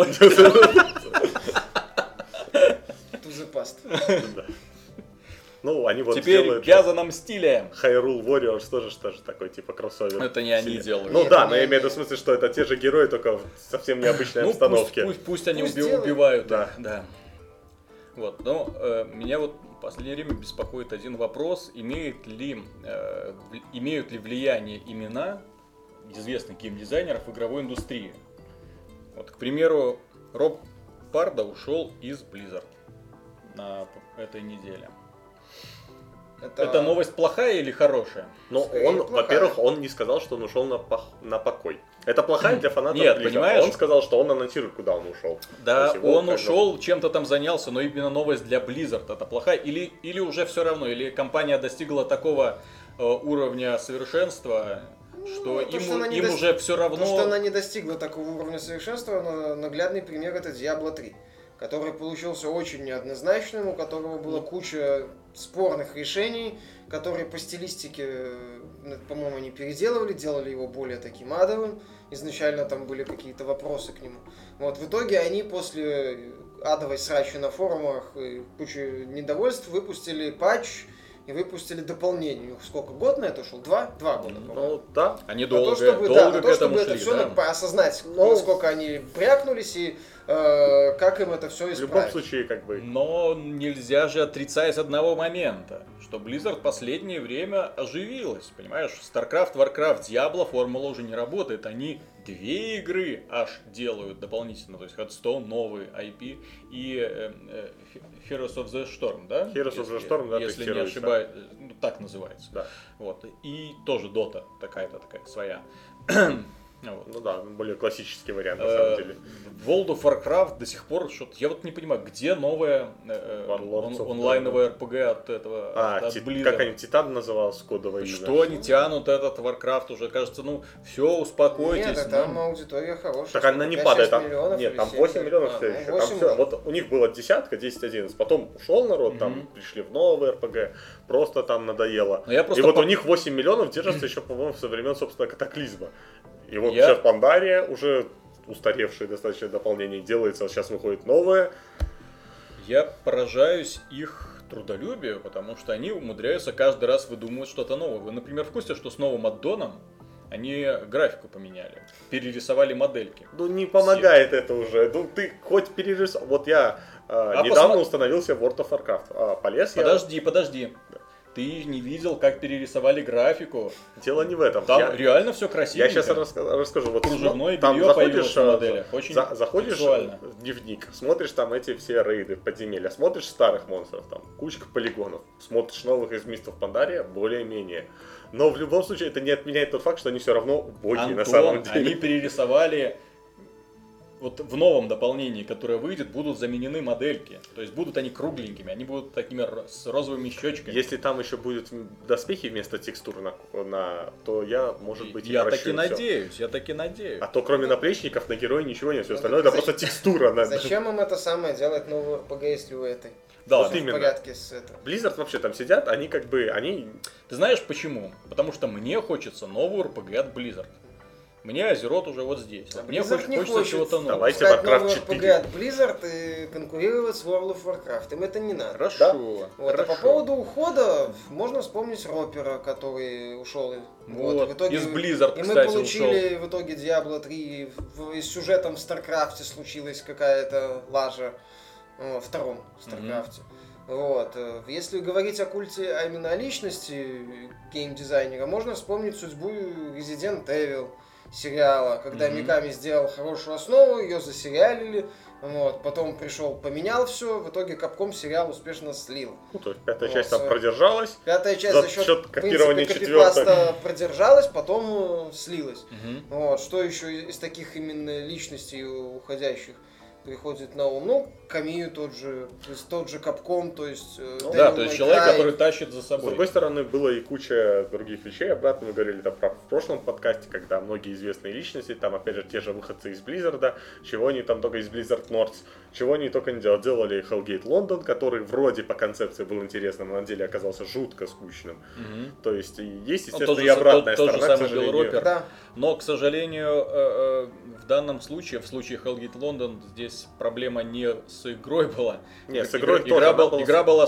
[SPEAKER 2] To the past.
[SPEAKER 3] Да. Ну, они вот
[SPEAKER 1] Теперь в
[SPEAKER 3] делают...
[SPEAKER 1] вязаном стиле.
[SPEAKER 3] Hyrule Warriors тоже такой, типа, кроссовер.
[SPEAKER 1] Это не они делают.
[SPEAKER 3] Ну
[SPEAKER 2] Нет,
[SPEAKER 3] да,
[SPEAKER 2] это
[SPEAKER 3] но я
[SPEAKER 2] не
[SPEAKER 3] имею в виду в
[SPEAKER 2] они.
[SPEAKER 3] смысле, что это те же герои, только в совсем необычной
[SPEAKER 1] Ну,
[SPEAKER 3] обстановке.
[SPEAKER 1] пусть они
[SPEAKER 2] Пусть делают.
[SPEAKER 1] убивают.
[SPEAKER 3] Да.
[SPEAKER 1] Да. Вот, но меня вот в последнее время беспокоит один вопрос. Имеют ли влияние имена известных геймдизайнеров в игровой индустрии? Вот, к примеру, Роб Парда ушел из Blizzard на этой неделе. Это новость плохая или хорошая?
[SPEAKER 3] Но
[SPEAKER 2] Скорее,
[SPEAKER 3] он,
[SPEAKER 2] плохая.
[SPEAKER 3] во-первых, он не сказал, что он ушел на покой. Это плохая для фанатов
[SPEAKER 1] Нет,
[SPEAKER 3] Blizzard.
[SPEAKER 1] понимаешь?
[SPEAKER 3] Он сказал, что он анонсирует, куда он ушел.
[SPEAKER 1] Да,
[SPEAKER 3] То есть его
[SPEAKER 1] он
[SPEAKER 3] как бы-
[SPEAKER 1] ушел, чем-то там занялся, но именно новость для Blizzard это плохая. Или уже все равно, или компания достигла такого уровня совершенства, что
[SPEAKER 2] Ну, то, что она не
[SPEAKER 1] им уже все равно.
[SPEAKER 2] То, что она не достигла такого уровня совершенства, наглядный пример это Diablo 3, который получился очень неоднозначным, у которого была куча спорных решений, которые по стилистике, по-моему, они переделывали, делали его более таким адовым. Изначально там были какие-то вопросы к нему. Вот, в итоге они после адовой срачи на форумах и кучи недовольств выпустили патч и выпустили дополнение. У них сколько, год на это шел? 2 года, по-моему.
[SPEAKER 3] Ну, да.
[SPEAKER 1] Они
[SPEAKER 2] На
[SPEAKER 1] долго,
[SPEAKER 2] то, чтобы,
[SPEAKER 1] долго
[SPEAKER 2] на
[SPEAKER 1] к
[SPEAKER 2] то,
[SPEAKER 1] этому
[SPEAKER 2] чтобы это
[SPEAKER 1] шли,
[SPEAKER 2] все
[SPEAKER 1] да?
[SPEAKER 2] осознать, насколько они брякнулись и как им это все
[SPEAKER 3] В
[SPEAKER 2] исправить.
[SPEAKER 3] любом случае, как бы...
[SPEAKER 1] Но нельзя же отрицать одного момента, что Blizzard в последнее время оживилась, понимаешь? StarCraft, Warcraft, Diablo, формула уже не работает, они 2 игры аж делают дополнительно, то есть Hearthstone, новый IP и Heroes of the Storm, да?
[SPEAKER 3] Heroes of the Storm, да,
[SPEAKER 1] если не
[SPEAKER 3] тестируется.
[SPEAKER 1] ошибаюсь, ну, так называется.
[SPEAKER 3] Да.
[SPEAKER 1] Вот. И тоже Dota такая-то такая своя. Вот.
[SPEAKER 3] Ну да, более классический вариант, на самом деле.
[SPEAKER 1] World of Warcraft до сих пор что-то... Я вот не понимаю, где новая
[SPEAKER 3] Warlords of
[SPEAKER 1] онлайновая RPG от этого, от Blizzard?
[SPEAKER 3] Как они, Титан называлась, кодовое имя?
[SPEAKER 1] Что они тянут этот Warcraft уже? Кажется, ну, все, успокойтесь.
[SPEAKER 2] Нет, там аудитория хорошая.
[SPEAKER 3] Так она не
[SPEAKER 2] 5-6
[SPEAKER 3] падает, там,
[SPEAKER 2] миллионов
[SPEAKER 3] нет,
[SPEAKER 2] или
[SPEAKER 3] там
[SPEAKER 2] 7.
[SPEAKER 3] 8 миллионов
[SPEAKER 2] А,
[SPEAKER 3] следующих.
[SPEAKER 2] ну,
[SPEAKER 3] Там
[SPEAKER 2] 8
[SPEAKER 3] все,
[SPEAKER 2] может.
[SPEAKER 3] вот у них было десятка, 10-11, потом ушел народ, там пришли в новый РПГ, просто там надоело.
[SPEAKER 1] Но я
[SPEAKER 3] И
[SPEAKER 1] просто
[SPEAKER 3] вот у них 8 миллионов держится еще, по-моему, со времен, собственно, Катаклизма. И вот
[SPEAKER 1] Я-
[SPEAKER 3] сейчас Пандария, уже устаревшее достаточно дополнение делается, сейчас выходит новое.
[SPEAKER 1] Я поражаюсь их трудолюбию, потому что они умудряются каждый раз выдумывать что-то новое. Вы, например, в курсе, что с новым аддоном они графику поменяли, перерисовали модельки.
[SPEAKER 3] Ну не помогает это уже. Ну ты хоть перерисовал. Вот я недавно установился в World of Warcraft. Полез
[SPEAKER 1] Подожди. Ты не видел, как перерисовали графику?
[SPEAKER 3] я. Дело не в этом.
[SPEAKER 1] Там реально все красиво.
[SPEAKER 3] Я сейчас расскажу. Вот
[SPEAKER 1] Кружевное
[SPEAKER 3] там
[SPEAKER 1] белье появилось на моделях. Очень
[SPEAKER 3] заходишь
[SPEAKER 1] сексуально.
[SPEAKER 3] в дневник, смотришь там эти все рейды, подземелья, смотришь старых монстров, там кучка полигонов, смотришь новых из мистов Пандария, более-менее. Но в любом случае это не отменяет тот факт, что они все равно убогие на самом
[SPEAKER 1] Антон,
[SPEAKER 3] деле.
[SPEAKER 1] они перерисовали... Вот в новом дополнении, которое выйдет, будут заменены модельки. То есть будут они кругленькими, они будут такими с розовыми щечками.
[SPEAKER 3] Если там еще будут доспехи вместо текстур то я, может быть, и
[SPEAKER 1] Я
[SPEAKER 3] прощу
[SPEAKER 1] таки
[SPEAKER 3] всё.
[SPEAKER 1] надеюсь, я таки надеюсь.
[SPEAKER 3] А то кроме наплечников на героя ничего нет, все остальное это просто текстура.
[SPEAKER 2] Зачем им это самое делать новую РПГ, если у этой?
[SPEAKER 1] Да,
[SPEAKER 3] Вот
[SPEAKER 2] Всё в
[SPEAKER 3] именно.
[SPEAKER 2] порядке с этим.
[SPEAKER 3] Blizzard вообще там сидят, они как бы, они...
[SPEAKER 1] Ты знаешь почему? Потому что мне хочется новую RPG от Blizzard. Мне Азерот уже вот здесь.
[SPEAKER 2] А
[SPEAKER 1] Мне
[SPEAKER 2] Blizzard не
[SPEAKER 1] хочется
[SPEAKER 2] хочет
[SPEAKER 1] чего-то нового.
[SPEAKER 3] Давайте
[SPEAKER 2] пускать
[SPEAKER 3] Warcraft
[SPEAKER 2] новую
[SPEAKER 3] 4.
[SPEAKER 2] RPG от Blizzard и конкурировать с World of Warcraft. Им это не надо.
[SPEAKER 1] Хорошо.
[SPEAKER 3] Да?
[SPEAKER 2] Вот. А по
[SPEAKER 1] хорошо.
[SPEAKER 2] поводу ухода, можно вспомнить Ропера, который ушел.
[SPEAKER 1] Вот,
[SPEAKER 2] в итоге,
[SPEAKER 1] из Blizzard,
[SPEAKER 2] и мы
[SPEAKER 1] кстати,
[SPEAKER 2] получили в итоге Diablo 3, и с сюжетом в StarCraft случилась какая-то лажа. Во втором StarCraft. Вот. Если говорить о культе, а именно о личности геймдизайнера, можно вспомнить судьбу Resident Evil сериала, когда Миками сделал хорошую основу, ее засериалили, вот, потом пришел, поменял все, в итоге Capcom сериал успешно слил.
[SPEAKER 3] Ну, то есть пятая
[SPEAKER 2] Вот,
[SPEAKER 3] часть там продержалась.
[SPEAKER 2] Пятая часть
[SPEAKER 3] За
[SPEAKER 2] за счет
[SPEAKER 3] счет копирования
[SPEAKER 2] копипаста продержалась, потом слилась.
[SPEAKER 1] Мгм.
[SPEAKER 2] Вот, что еще из таких именно личностей уходящих приходит на ум? Ну, Камию тот же Capcom, то есть...
[SPEAKER 1] Да,
[SPEAKER 2] Devil
[SPEAKER 1] то есть
[SPEAKER 2] May
[SPEAKER 1] человек,
[SPEAKER 2] Cry.
[SPEAKER 1] который тащит за
[SPEAKER 3] С
[SPEAKER 1] собой.
[SPEAKER 3] другой стороны, было и куча других вещей. Обратно мы говорили там в прошлом подкасте, когда многие известные личности, там опять же те же выходцы из Blizzard, чего они там только из Blizzard North, чего они только не делали. Делали Hellgate London, который вроде по концепции был интересным, но на деле оказался жутко скучным.
[SPEAKER 1] Мгм.
[SPEAKER 3] То есть и есть,
[SPEAKER 1] Ну,
[SPEAKER 3] естественно, и обратная
[SPEAKER 1] тот же
[SPEAKER 3] сторона, к
[SPEAKER 1] самый Билл
[SPEAKER 3] сожалению.
[SPEAKER 1] Ропер.
[SPEAKER 2] Да.
[SPEAKER 1] Но, к сожалению, в данном случае, в случае Hellgate London, здесь проблема не с игрой была.
[SPEAKER 3] Нет, с игрой тоже.
[SPEAKER 1] Игра,
[SPEAKER 3] она была-
[SPEAKER 1] игра была...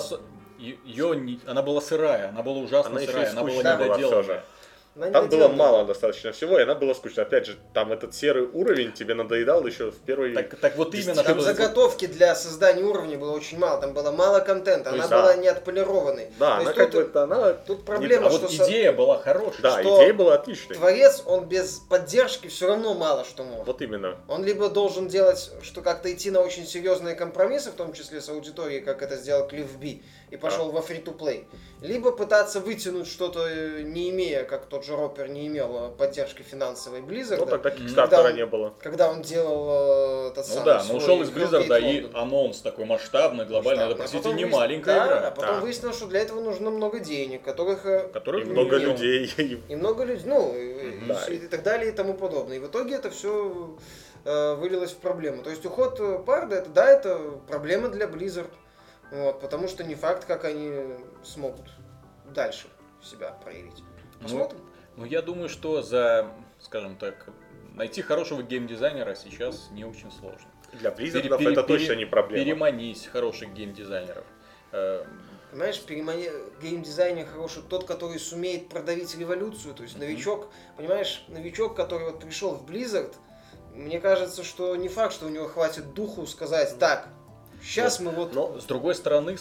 [SPEAKER 1] Она была сырая, она была ужасно
[SPEAKER 3] Она еще и
[SPEAKER 1] сырая, она была
[SPEAKER 3] скучная была
[SPEAKER 1] недоделанная.
[SPEAKER 3] все же.
[SPEAKER 2] Она не
[SPEAKER 3] Там было
[SPEAKER 2] доделана.
[SPEAKER 3] мало достаточно всего, и она была скучная. Опять же, там этот серый уровень тебе надоедал еще в первой...
[SPEAKER 1] Так вот именно...
[SPEAKER 2] Там
[SPEAKER 1] что-
[SPEAKER 2] заготовки для создания уровня было очень мало, там было мало контента,
[SPEAKER 1] То
[SPEAKER 2] она
[SPEAKER 1] есть,
[SPEAKER 2] была
[SPEAKER 3] да.
[SPEAKER 2] не отполированной.
[SPEAKER 3] Да,
[SPEAKER 2] То
[SPEAKER 3] она
[SPEAKER 2] есть
[SPEAKER 3] как
[SPEAKER 2] тут,
[SPEAKER 3] бы... Она...
[SPEAKER 2] тут проблема,
[SPEAKER 1] А
[SPEAKER 2] что
[SPEAKER 1] вот идея была хорошая.
[SPEAKER 3] Да,
[SPEAKER 2] что
[SPEAKER 3] идея была отличной.
[SPEAKER 2] творец, он без поддержки все равно мало что может.
[SPEAKER 3] Вот именно.
[SPEAKER 2] Он либо должен делать, что как-то идти на очень серьезные компромиссы, в том числе с аудиторией, как это сделал Cliff B, и пошел во free-to-play, либо пытаться вытянуть что-то, не имея, как тот же Ропер не имел поддержки финансовой Blizzard.
[SPEAKER 3] Ну, тогда
[SPEAKER 2] Когда
[SPEAKER 3] Кикстартера
[SPEAKER 2] он-
[SPEAKER 3] не было.
[SPEAKER 2] Когда он делал этот
[SPEAKER 1] Ну
[SPEAKER 2] самый
[SPEAKER 1] да, но
[SPEAKER 2] свой
[SPEAKER 1] ушел из Blizzard,
[SPEAKER 2] Hellgate
[SPEAKER 1] и
[SPEAKER 2] London.
[SPEAKER 1] анонс такой масштабный, глобальный, это,
[SPEAKER 2] А
[SPEAKER 1] простите,
[SPEAKER 2] потом
[SPEAKER 1] не
[SPEAKER 2] выяснилось-
[SPEAKER 1] маленькая
[SPEAKER 2] да,
[SPEAKER 1] игра.
[SPEAKER 2] А потом
[SPEAKER 3] Да.
[SPEAKER 2] выяснилось, что для этого нужно много денег, которых
[SPEAKER 1] Которых
[SPEAKER 3] И много
[SPEAKER 1] не-
[SPEAKER 3] людей.
[SPEAKER 2] и много людей, ну,
[SPEAKER 3] Да.
[SPEAKER 2] и так далее и тому подобное. И в итоге это все вылилось в проблему. То есть уход Парда, это проблема для Blizzard. Вот, потому что не факт, как они смогут дальше себя проявить. Посмотрим.
[SPEAKER 1] Ну, я думаю, что за, скажем так, найти хорошего геймдизайнера сейчас не очень сложно.
[SPEAKER 3] Для Blizzard это точно не проблема.
[SPEAKER 1] Переманить хороших геймдизайнеров.
[SPEAKER 2] Понимаешь, геймдизайнер хороший тот, который сумеет продавить революцию. То есть новичок, который вот пришел в Blizzard, мне кажется, что не факт, что у него хватит духу сказать, так, сейчас мы вот...
[SPEAKER 1] Но с другой стороны,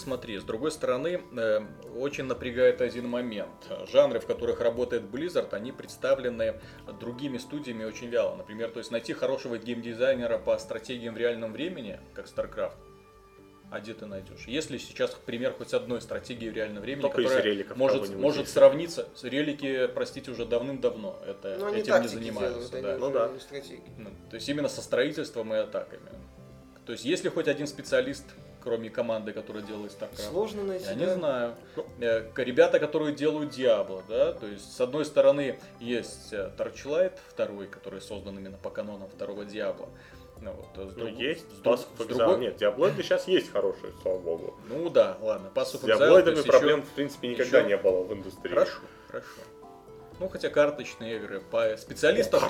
[SPEAKER 1] очень напрягает один момент. Жанры, в которых работает Blizzard, они представлены другими студиями очень вяло. Например, то есть найти хорошего геймдизайнера по стратегиям в реальном времени, как StarCraft, а где ты найдешь? Если сейчас пример хоть одной стратегии в реальном времени,
[SPEAKER 3] только
[SPEAKER 1] которая может сравниться с релики, простите, уже давным-давно этим не занимаются.
[SPEAKER 2] Да.
[SPEAKER 1] То есть именно со строительством и атаками. То есть есть ли хоть один специалист, кроме команды, которая делает StarCraft?
[SPEAKER 2] Сложно найти.
[SPEAKER 1] Я не знаю. Ребята, которые делают Diablo, да, то есть с одной стороны есть Torchlight, второй, который создан именно по канонам второго Diablo.
[SPEAKER 3] Есть Pass of Exile. Нет, диаблоиды сейчас есть хорошие, слава богу.
[SPEAKER 1] Ну да, ладно. Pass of Exile.
[SPEAKER 3] С диаблоидами проблем, в принципе, никогда не было в индустрии.
[SPEAKER 1] Хорошо. Ну, хотя карточные игры. Специалистов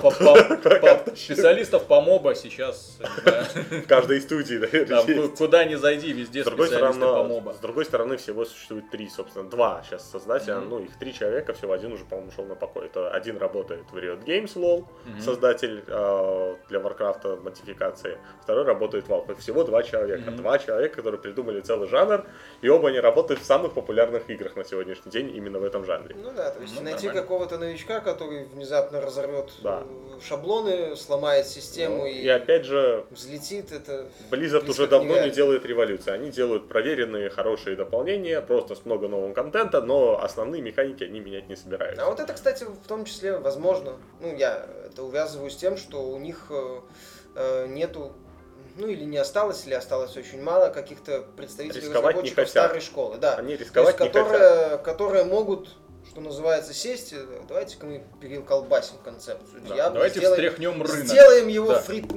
[SPEAKER 1] по моба сейчас...
[SPEAKER 3] В каждой студии, наверное,
[SPEAKER 1] куда ни зайди, везде специалисты по моба.
[SPEAKER 3] С другой стороны, всего существует 3, собственно. 2 сейчас создателя. Ну, их 3 человека, всего один уже, по-моему, ушел на покой. Это один работает в Riot Games, LoL, создатель для Warcraft модификации. Второй работает в Valve. И всего 2 человека. 2 человека, которые придумали целый жанр. И оба они работают в самых популярных играх на сегодняшний день именно в этом жанре.
[SPEAKER 2] Ну да, то есть найти какого-то новичка, который внезапно разорвет шаблоны, сломает систему и
[SPEAKER 3] опять же
[SPEAKER 2] взлетит, это...
[SPEAKER 3] Blizzard уже давно не делает революции. Они делают проверенные, хорошие дополнения, просто с много нового контента, но основные механики они менять не собираются.
[SPEAKER 2] А вот это, кстати, в том числе, возможно, я это увязываю с тем, что у них нету, или не осталось, или осталось очень мало каких-то представителей разработчиков старой школы. Да.
[SPEAKER 3] Они рисковать не хотят.
[SPEAKER 2] Которые могут, что называется, сесть, давайте-ка мы переколбасим концепцию Diablo.
[SPEAKER 1] Давайте встряхнем рынок.
[SPEAKER 2] Сделаем его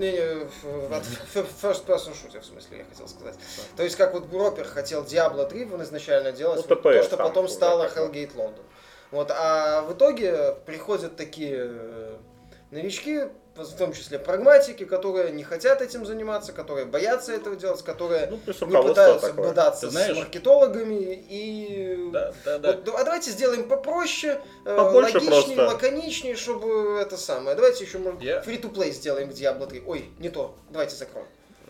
[SPEAKER 2] first person shooter, в смысле, я хотел сказать. То есть, как вот Гропер хотел Diablo 3 изначально делать, то, что потом стало Hellgate London. Вот, а в итоге приходят такие новички, в том числе прагматики, которые не хотят этим заниматься, которые боятся этого делать, которые не пытаются бодаться с маркетологами и... Вот, а давайте сделаем попроще, логичнее, лаконичнее, чтобы это самое. Давайте еще, может, free-to-play сделаем к Diablo 3. Ой, не то. Давайте закроем.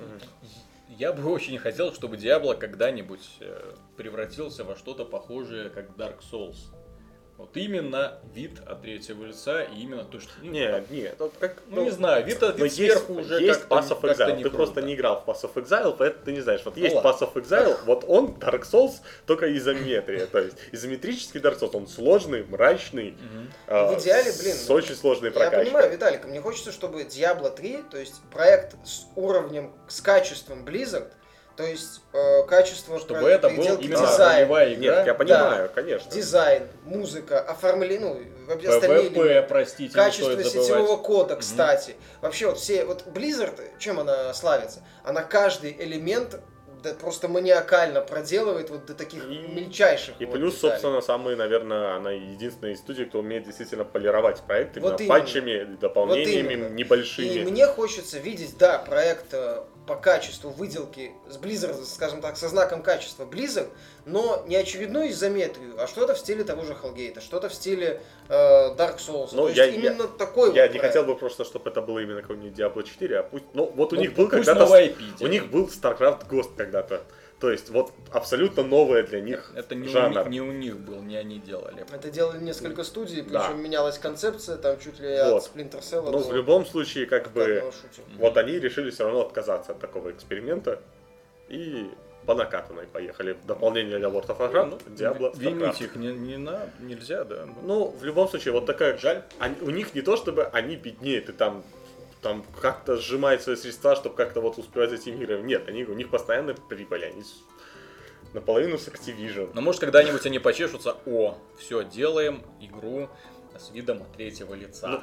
[SPEAKER 1] Я бы очень хотел, чтобы Diablo когда-нибудь превратился во что-то похожее, как Dark Souls. Вот именно вид от третьего лица и именно то, что...
[SPEAKER 3] Нет.
[SPEAKER 1] Не знаю, вид сверху уже
[SPEAKER 3] есть Pass of Exile. Ты просто не играл в Pass of Exile, поэтому ты не знаешь. Вот есть Pass of Exile, вот он Dark Souls, только изометрия. То есть изометрический Dark Souls, он сложный, мрачный,
[SPEAKER 2] в идеале,
[SPEAKER 3] с очень сложной прокачкой.
[SPEAKER 2] Я понимаю, Виталик, мне хочется, чтобы Diablo 3, то есть проект с уровнем, с качеством Blizzard, то есть качество,
[SPEAKER 1] чтобы это был именно ролевая игра.
[SPEAKER 3] Нет, я понимаю, конечно.
[SPEAKER 2] Дизайн, музыка, оформление, остальные
[SPEAKER 1] простите,
[SPEAKER 2] качество сетевого кода, кстати. Вообще вот Blizzard, чем она славится? Она каждый элемент просто маниакально проделывает вот до таких мельчайших.
[SPEAKER 3] И плюс,
[SPEAKER 2] деталей.
[SPEAKER 3] собственно, она единственная из студий, кто умеет действительно полировать проекты патчами, дополнениями небольшими.
[SPEAKER 2] И мне хочется видеть, проект по качеству выделки с Blizzard, скажем так, со знаком качества Blizzard, но не очередную изометрию, а что-то в стиле того же Hellgate, что-то в стиле Dark Souls. То есть именно такой
[SPEAKER 3] я не хотел бы просто, чтобы это было именно какой-нибудь Diablo 4, а пусть... у них был когда-то... У них был StarCraft Ghost когда-то. То есть, вот абсолютно новое для них жанр.
[SPEAKER 1] Это не у них был, не они делали.
[SPEAKER 2] Это делали несколько студий, причем менялась концепция, там чуть ли от Splinter Cell.
[SPEAKER 3] Но в любом случае, вот они решили все равно отказаться от такого эксперимента и по накатанной поехали. В дополнение для World of Warcraft, Diablo, StarCraft.
[SPEAKER 1] Винить их нельзя, да.
[SPEAKER 3] В любом случае, вот такая... Жаль. У них не то, чтобы они беднеют и там как-то сжимают свои средства, чтобы как-то успевать за этими играми. Нет, у них постоянно прибыль, они наполовину с Activision.
[SPEAKER 1] Но может когда-нибудь они почешутся, все, делаем игру с видом от третьего лица.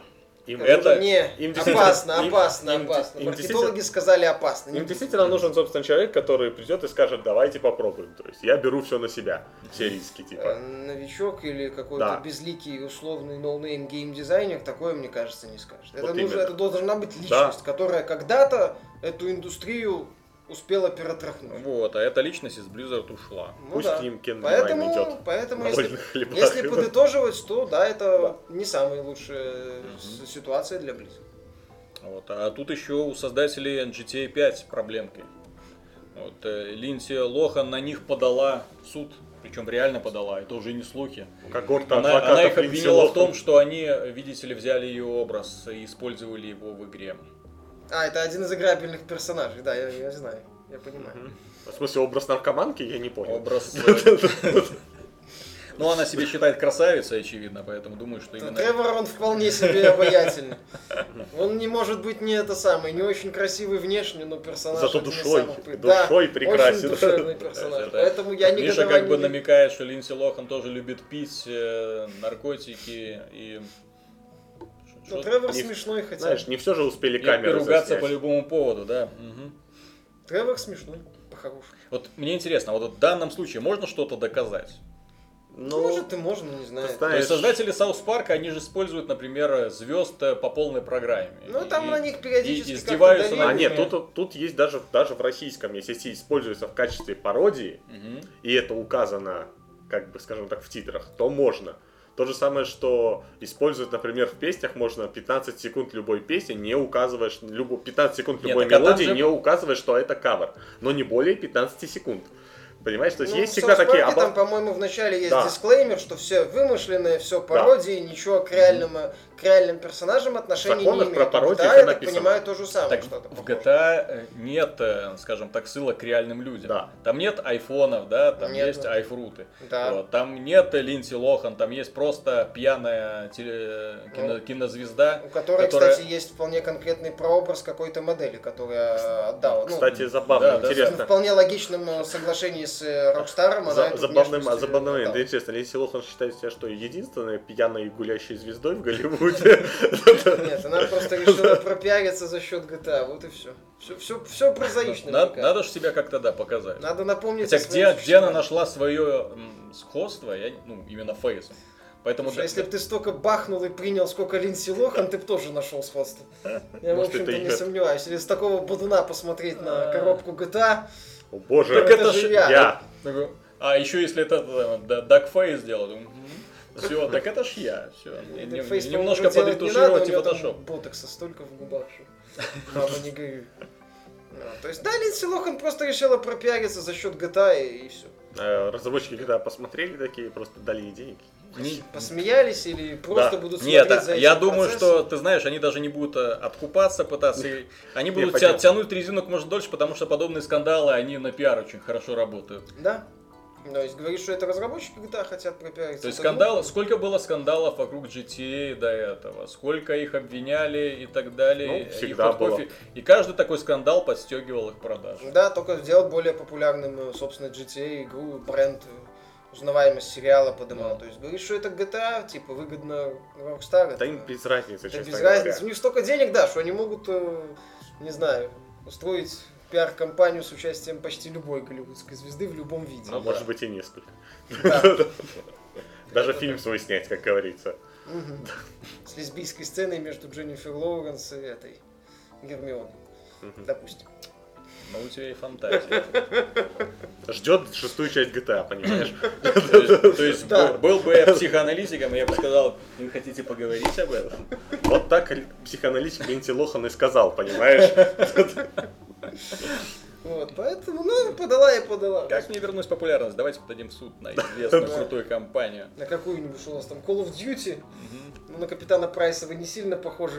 [SPEAKER 3] Им
[SPEAKER 1] Это-
[SPEAKER 3] им действительно-
[SPEAKER 2] опасно,
[SPEAKER 3] им-
[SPEAKER 2] опасно,
[SPEAKER 3] им-
[SPEAKER 2] опасно.
[SPEAKER 3] им
[SPEAKER 2] Маркетологи сказали опасно.
[SPEAKER 3] Им действительно нужен, собственно, человек, который придет и скажет, давайте попробуем. То есть я беру все на себя, все риски, типа.
[SPEAKER 2] Новичок или какой-то
[SPEAKER 3] Да.
[SPEAKER 2] безликий условный ноунейм геймдизайнер такое, мне кажется, не скажет.
[SPEAKER 3] Вот
[SPEAKER 2] Это,
[SPEAKER 3] именно.
[SPEAKER 2] это должна быть
[SPEAKER 3] Да.
[SPEAKER 2] личность, которая когда-то эту индустрию успела перетряхнуть.
[SPEAKER 1] Вот, а эта личность из Blizzard ушла.
[SPEAKER 2] Ну
[SPEAKER 3] Пусть
[SPEAKER 2] да.
[SPEAKER 3] к ним Кен Левайн идет.
[SPEAKER 2] Поэтому
[SPEAKER 3] на
[SPEAKER 2] если,
[SPEAKER 3] вольных хлебах.
[SPEAKER 2] если подытоживать, то да, это не самая лучшая ситуация для Blizzard.
[SPEAKER 1] Вот. А тут еще у создателей GTA 5 проблемки. Вот, Линдси Лохан на них подала в суд, причем реально подала, это уже не слухи.
[SPEAKER 3] Когорта
[SPEAKER 1] Она
[SPEAKER 3] адвокатов
[SPEAKER 1] их
[SPEAKER 3] Линдси
[SPEAKER 1] обвинила в
[SPEAKER 3] Лохан.
[SPEAKER 1] том, что они, видите ли, взяли ее образ и использовали его в игре.
[SPEAKER 2] Это один из играбельных персонажей, да, я знаю, я понимаю.
[SPEAKER 3] В смысле, образ наркоманки? Я не понял.
[SPEAKER 1] Образ... Ну, она себя считает красавицей, очевидно, поэтому думаю, что именно...
[SPEAKER 2] Тревор, он вполне себе обаятельный. Он не может быть не это самое, не очень красивый внешне, но персонаж...
[SPEAKER 3] Зато
[SPEAKER 2] один из
[SPEAKER 3] душой,
[SPEAKER 2] самых
[SPEAKER 3] душой
[SPEAKER 2] да,
[SPEAKER 3] прекрасен.
[SPEAKER 2] очень душевный персонаж.
[SPEAKER 1] Это-
[SPEAKER 2] Поэтому я
[SPEAKER 1] Миша
[SPEAKER 2] никогда
[SPEAKER 1] как бы намекает, что Линдси Лохан тоже любит пить, наркотики и...
[SPEAKER 2] Но
[SPEAKER 1] Что-
[SPEAKER 2] Тревор
[SPEAKER 3] Не-
[SPEAKER 2] смешной хотя
[SPEAKER 3] Знаешь, не все же успели
[SPEAKER 1] и
[SPEAKER 3] камеры
[SPEAKER 1] ругаться
[SPEAKER 3] заснять.
[SPEAKER 1] по любому поводу, да. Мгм.
[SPEAKER 2] Тревор смешной, по-хорошему.
[SPEAKER 1] Вот мне интересно, вот в данном случае можно что-то доказать?
[SPEAKER 3] Ну,
[SPEAKER 2] Может и можно, не знаю.
[SPEAKER 3] ты
[SPEAKER 1] То есть
[SPEAKER 3] знаешь,
[SPEAKER 1] создатели Саус Парка, они же используют, например, звезд по полной программе.
[SPEAKER 2] Ну, там
[SPEAKER 1] И-
[SPEAKER 2] на них периодически
[SPEAKER 1] и
[SPEAKER 2] как-то
[SPEAKER 1] издеваются
[SPEAKER 2] давили.
[SPEAKER 1] над
[SPEAKER 3] А нет,
[SPEAKER 1] ними.
[SPEAKER 3] тут есть даже в российском, если используется в качестве пародии,
[SPEAKER 1] Мгм.
[SPEAKER 3] и это указано, как бы, скажем так, в титрах, то можно. То же самое, что использовать, например, в песнях можно 15 секунд любой песни, не указываешь, 15 секунд
[SPEAKER 1] Нет,
[SPEAKER 3] любой
[SPEAKER 1] так а там
[SPEAKER 3] мелодии,
[SPEAKER 1] же-
[SPEAKER 3] не указываешь, что это кавер. Но не более 15 секунд. Понимаешь, то есть
[SPEAKER 2] Ну,
[SPEAKER 3] есть
[SPEAKER 2] в
[SPEAKER 3] всегда
[SPEAKER 2] South
[SPEAKER 3] такие...
[SPEAKER 2] Park'е там, по-моему, в начале есть
[SPEAKER 3] Да.
[SPEAKER 2] дисклеймер, что все вымышленное, все пародии, ничего к реальным персонажам отношения не
[SPEAKER 3] законах
[SPEAKER 2] имеет.
[SPEAKER 3] про пародии
[SPEAKER 2] Да,
[SPEAKER 3] это
[SPEAKER 2] я так
[SPEAKER 3] написано.
[SPEAKER 2] понимаю, то же самое.
[SPEAKER 1] Так
[SPEAKER 2] что-то
[SPEAKER 1] в
[SPEAKER 2] похожее.
[SPEAKER 1] GTA нет, скажем так, ссылок к реальным людям.
[SPEAKER 3] Да.
[SPEAKER 1] Там нет айфонов, да, там
[SPEAKER 2] Нет.
[SPEAKER 1] есть айфруты.
[SPEAKER 2] Да.
[SPEAKER 1] Вот, там нет Линдси Лохан, там есть просто пьяная кинозвезда.
[SPEAKER 2] У которой,
[SPEAKER 1] которая-
[SPEAKER 2] кстати, есть вполне конкретный прообраз какой-то модели, которая отдала. Ну,
[SPEAKER 3] Кстати, забавно,
[SPEAKER 1] да, да,
[SPEAKER 2] в
[SPEAKER 3] интересно.
[SPEAKER 2] вполне логичном соглашении с Рокстаром она эту
[SPEAKER 3] Забавный
[SPEAKER 2] внешность,
[SPEAKER 3] забавный момент.
[SPEAKER 2] отдала.
[SPEAKER 3] Интересно, Линдси Лохан считает себя, что единственной пьяной гулящей звездой в Голливуде.
[SPEAKER 2] Нет, она просто решила пропиариться за счет GTA, вот и все. Все прозаично.
[SPEAKER 1] Надо же себя как-то, да, показать.
[SPEAKER 2] Надо напомнить
[SPEAKER 1] Хотя
[SPEAKER 2] о своем
[SPEAKER 1] где она
[SPEAKER 2] существовании.
[SPEAKER 1] нашла свое сходство, именно фейсом. Поэтому
[SPEAKER 2] Слушай, если бы ты столько бахнул и принял, сколько Линдси Лохан, ты бы тоже нашел сходство. Я, в
[SPEAKER 3] Может,
[SPEAKER 2] общем-то,
[SPEAKER 3] это
[SPEAKER 2] не
[SPEAKER 3] её-
[SPEAKER 2] сомневаюсь. Если с такого бодуна посмотреть на коробку GTA,
[SPEAKER 3] О боже,
[SPEAKER 2] Так это же я.
[SPEAKER 1] А еще если это Дакфейс сделал, все, так это ж я. Все.
[SPEAKER 2] этот фейс,
[SPEAKER 1] Немножко
[SPEAKER 2] по-моему, делать не надо,
[SPEAKER 1] подритушировать
[SPEAKER 2] у
[SPEAKER 1] и
[SPEAKER 2] него там
[SPEAKER 1] фотошоп.
[SPEAKER 2] ботокса столько в губах, что мама не горюй. Ну, то есть, да, Линдси Лохан просто решила пропиариться за счет GTA и все.
[SPEAKER 3] разработчики GTA посмотрели такие, просто дали ей денег.
[SPEAKER 2] Посмеялись или просто
[SPEAKER 3] Да.
[SPEAKER 2] будут
[SPEAKER 1] Нет,
[SPEAKER 2] смотреть за этим
[SPEAKER 1] я думаю,
[SPEAKER 2] процессом?
[SPEAKER 1] что, ты знаешь, они даже не будут откупаться, пытаться. Они будут
[SPEAKER 3] понятно.
[SPEAKER 1] тянуть резину как можно дольше, потому что подобные скандалы, они на пиар очень хорошо работают.
[SPEAKER 2] Да. То есть, говоришь, что это разработчики GTA хотят пропиариться.
[SPEAKER 1] То есть
[SPEAKER 2] Это
[SPEAKER 1] скандалы,
[SPEAKER 2] глупо.
[SPEAKER 1] сколько было скандалов вокруг GTA до этого, сколько их обвиняли и так далее.
[SPEAKER 3] Ну,
[SPEAKER 1] и
[SPEAKER 3] всегда
[SPEAKER 1] Hot
[SPEAKER 3] было.
[SPEAKER 1] Coffee. И каждый такой скандал подстегивал их продажи.
[SPEAKER 2] Да, только сделал более популярным, собственно, GTA, игру, бренд, узнаваемость сериала подымал. То есть, говоришь, что это GTA, типа, выгодно Rockstar.
[SPEAKER 3] Да им без разницы,
[SPEAKER 2] это
[SPEAKER 3] честно
[SPEAKER 2] без
[SPEAKER 3] говоря.
[SPEAKER 2] разницы. У них столько денег, да, что они могут, не знаю, устроить пиар-компанию с участием почти любой голливудской звезды в любом виде.
[SPEAKER 3] А может быть и несколько.
[SPEAKER 2] Да.
[SPEAKER 3] Даже фильм свой снять, как говорится.
[SPEAKER 2] Мгм. С лесбийской сценой между Дженнифер Лоуренс и этой Гермионой, допустим.
[SPEAKER 1] Но у тебя и фантазия.
[SPEAKER 3] Ждет шестую часть GTA, понимаешь?
[SPEAKER 1] То есть
[SPEAKER 2] Да.
[SPEAKER 1] был бы я психоаналитиком, я бы сказал, вы хотите поговорить об этом?
[SPEAKER 3] Вот так психоаналитик Линдси Лохан и сказал, понимаешь?
[SPEAKER 2] Вот, поэтому, ну, подала и подала.
[SPEAKER 1] Как мне вернуть популярность? Давайте подадим в суд на известную крутую компанию.
[SPEAKER 2] На какую-нибудь, что у нас там, Call of Duty? Ну, на Капитана Прайса вы не сильно похожи.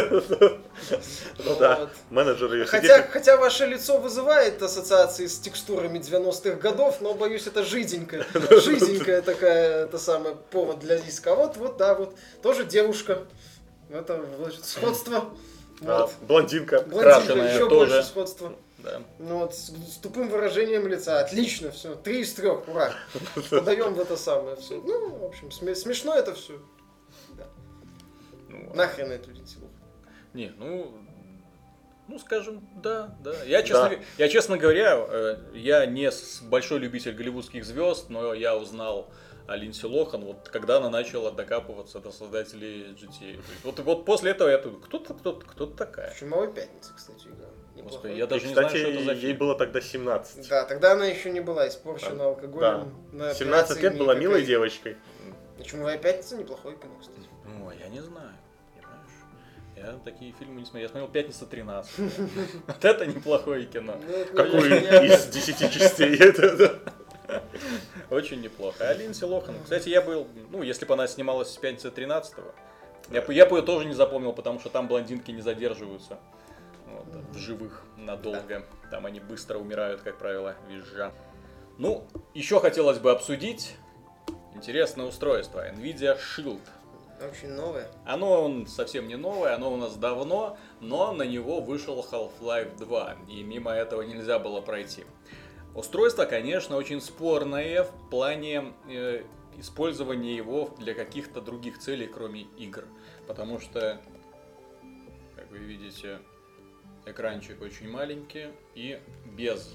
[SPEAKER 3] Ну да,
[SPEAKER 2] Вот.
[SPEAKER 3] менеджер ее
[SPEAKER 2] Хотя ваше лицо вызывает ассоциации с текстурами 90-х годов, но, боюсь, это жиденькая такая, это самый повод для иска. Вот, да, вот, тоже девушка. Это, значит, сходство. Вот.
[SPEAKER 3] блондинка.
[SPEAKER 2] Блондинка,
[SPEAKER 1] крашеная
[SPEAKER 2] еще
[SPEAKER 1] тоже.
[SPEAKER 2] больше сходства.
[SPEAKER 1] Да.
[SPEAKER 2] Ну вот, с тупым выражением лица. Отлично, все. 3 из 3, ура. Подаем в это самое все. Ну, в общем, смешно это все. Да.
[SPEAKER 1] Ну,
[SPEAKER 2] Нахрен эту Линдси
[SPEAKER 1] Не, скажем, да. Я, честно говоря, я не большой любитель голливудских звезд, но я узнал о Линдси Лохан, вот когда она начала докапываться до создателей GTA. Вот после этого я думаю, кто такая?
[SPEAKER 2] Чумовой пятница, кстати, играла.
[SPEAKER 1] Господи, я даже не знаю,
[SPEAKER 3] Кстати,
[SPEAKER 1] что это за
[SPEAKER 3] ей
[SPEAKER 1] фильм.
[SPEAKER 3] было тогда 17.
[SPEAKER 2] Да, тогда она еще не была испорчена алкоголем. На
[SPEAKER 3] 17
[SPEAKER 2] операции
[SPEAKER 3] лет была
[SPEAKER 2] никакой.
[SPEAKER 3] милой девочкой.
[SPEAKER 2] Чумовая пятница неплохое кино, кстати.
[SPEAKER 1] Ой, я не знаю, понимаешь? Я такие фильмы не смотрел. Я смотрел «Пятница 13». Вот это неплохое кино.
[SPEAKER 2] Ну, это
[SPEAKER 3] Какую
[SPEAKER 2] я-
[SPEAKER 3] из 10 частей это?
[SPEAKER 1] Очень неплохо. А Линдси Лохан, кстати, я был, если бы она снималась с «Пятницы 13-го», я бы ее тоже не запомнил, потому что там блондинки не задерживаются в живых надолго. Там они быстро умирают, как правило, визжа. Еще хотелось бы обсудить интересное устройство. NVIDIA Shield.
[SPEAKER 2] Очень новое.
[SPEAKER 1] Оно совсем не новое, оно у нас давно, но на него вышел Half-Life 2, и мимо этого нельзя было пройти. Устройство, конечно, очень спорное в плане использования его для каких-то других целей, кроме игр. Потому что, как вы видите, экранчик очень маленький и без,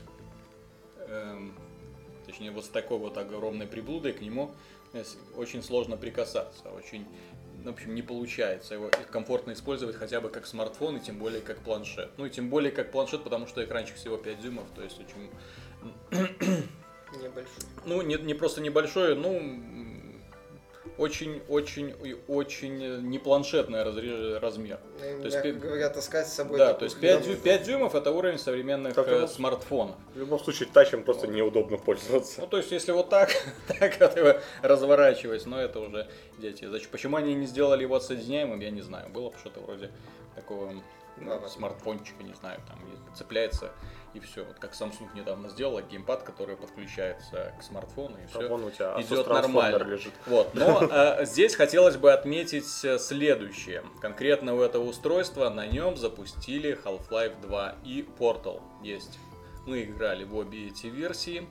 [SPEAKER 1] точнее вот с такой вот огромной приблудой к нему очень сложно прикасаться. В общем, не получается его комфортно использовать хотя бы как смартфон и тем более как планшет. И тем более как планшет, потому что экранчик всего 5 дюймов, то есть очень...
[SPEAKER 2] Небольшой.
[SPEAKER 1] Не просто небольшой, очень не планшетный размер. То есть,
[SPEAKER 2] Мягко говоря, таскать с собой.
[SPEAKER 1] да,
[SPEAKER 2] такую
[SPEAKER 1] то есть
[SPEAKER 2] хреновую
[SPEAKER 1] 5 дюймов это уровень современных смартфонов.
[SPEAKER 3] В любом случае, тачем просто неудобно пользоваться.
[SPEAKER 1] То есть, если вот так вот его разворачивать, это уже дети. Почему они не сделали его отсоединяемым, я не знаю. Было бы что-то вроде такого смартфончика, не знаю, там цепляется и все. Вот как Samsung недавно сделала геймпад, который подключается к смартфону, и все
[SPEAKER 3] Вон у тебя
[SPEAKER 1] идет
[SPEAKER 3] Asus
[SPEAKER 1] нормально.
[SPEAKER 3] Transformer лежит.
[SPEAKER 1] Но здесь хотелось бы отметить следующее. Конкретно у этого устройства на нем запустили Half-Life 2 и Portal есть. Мы играли в обе эти версии.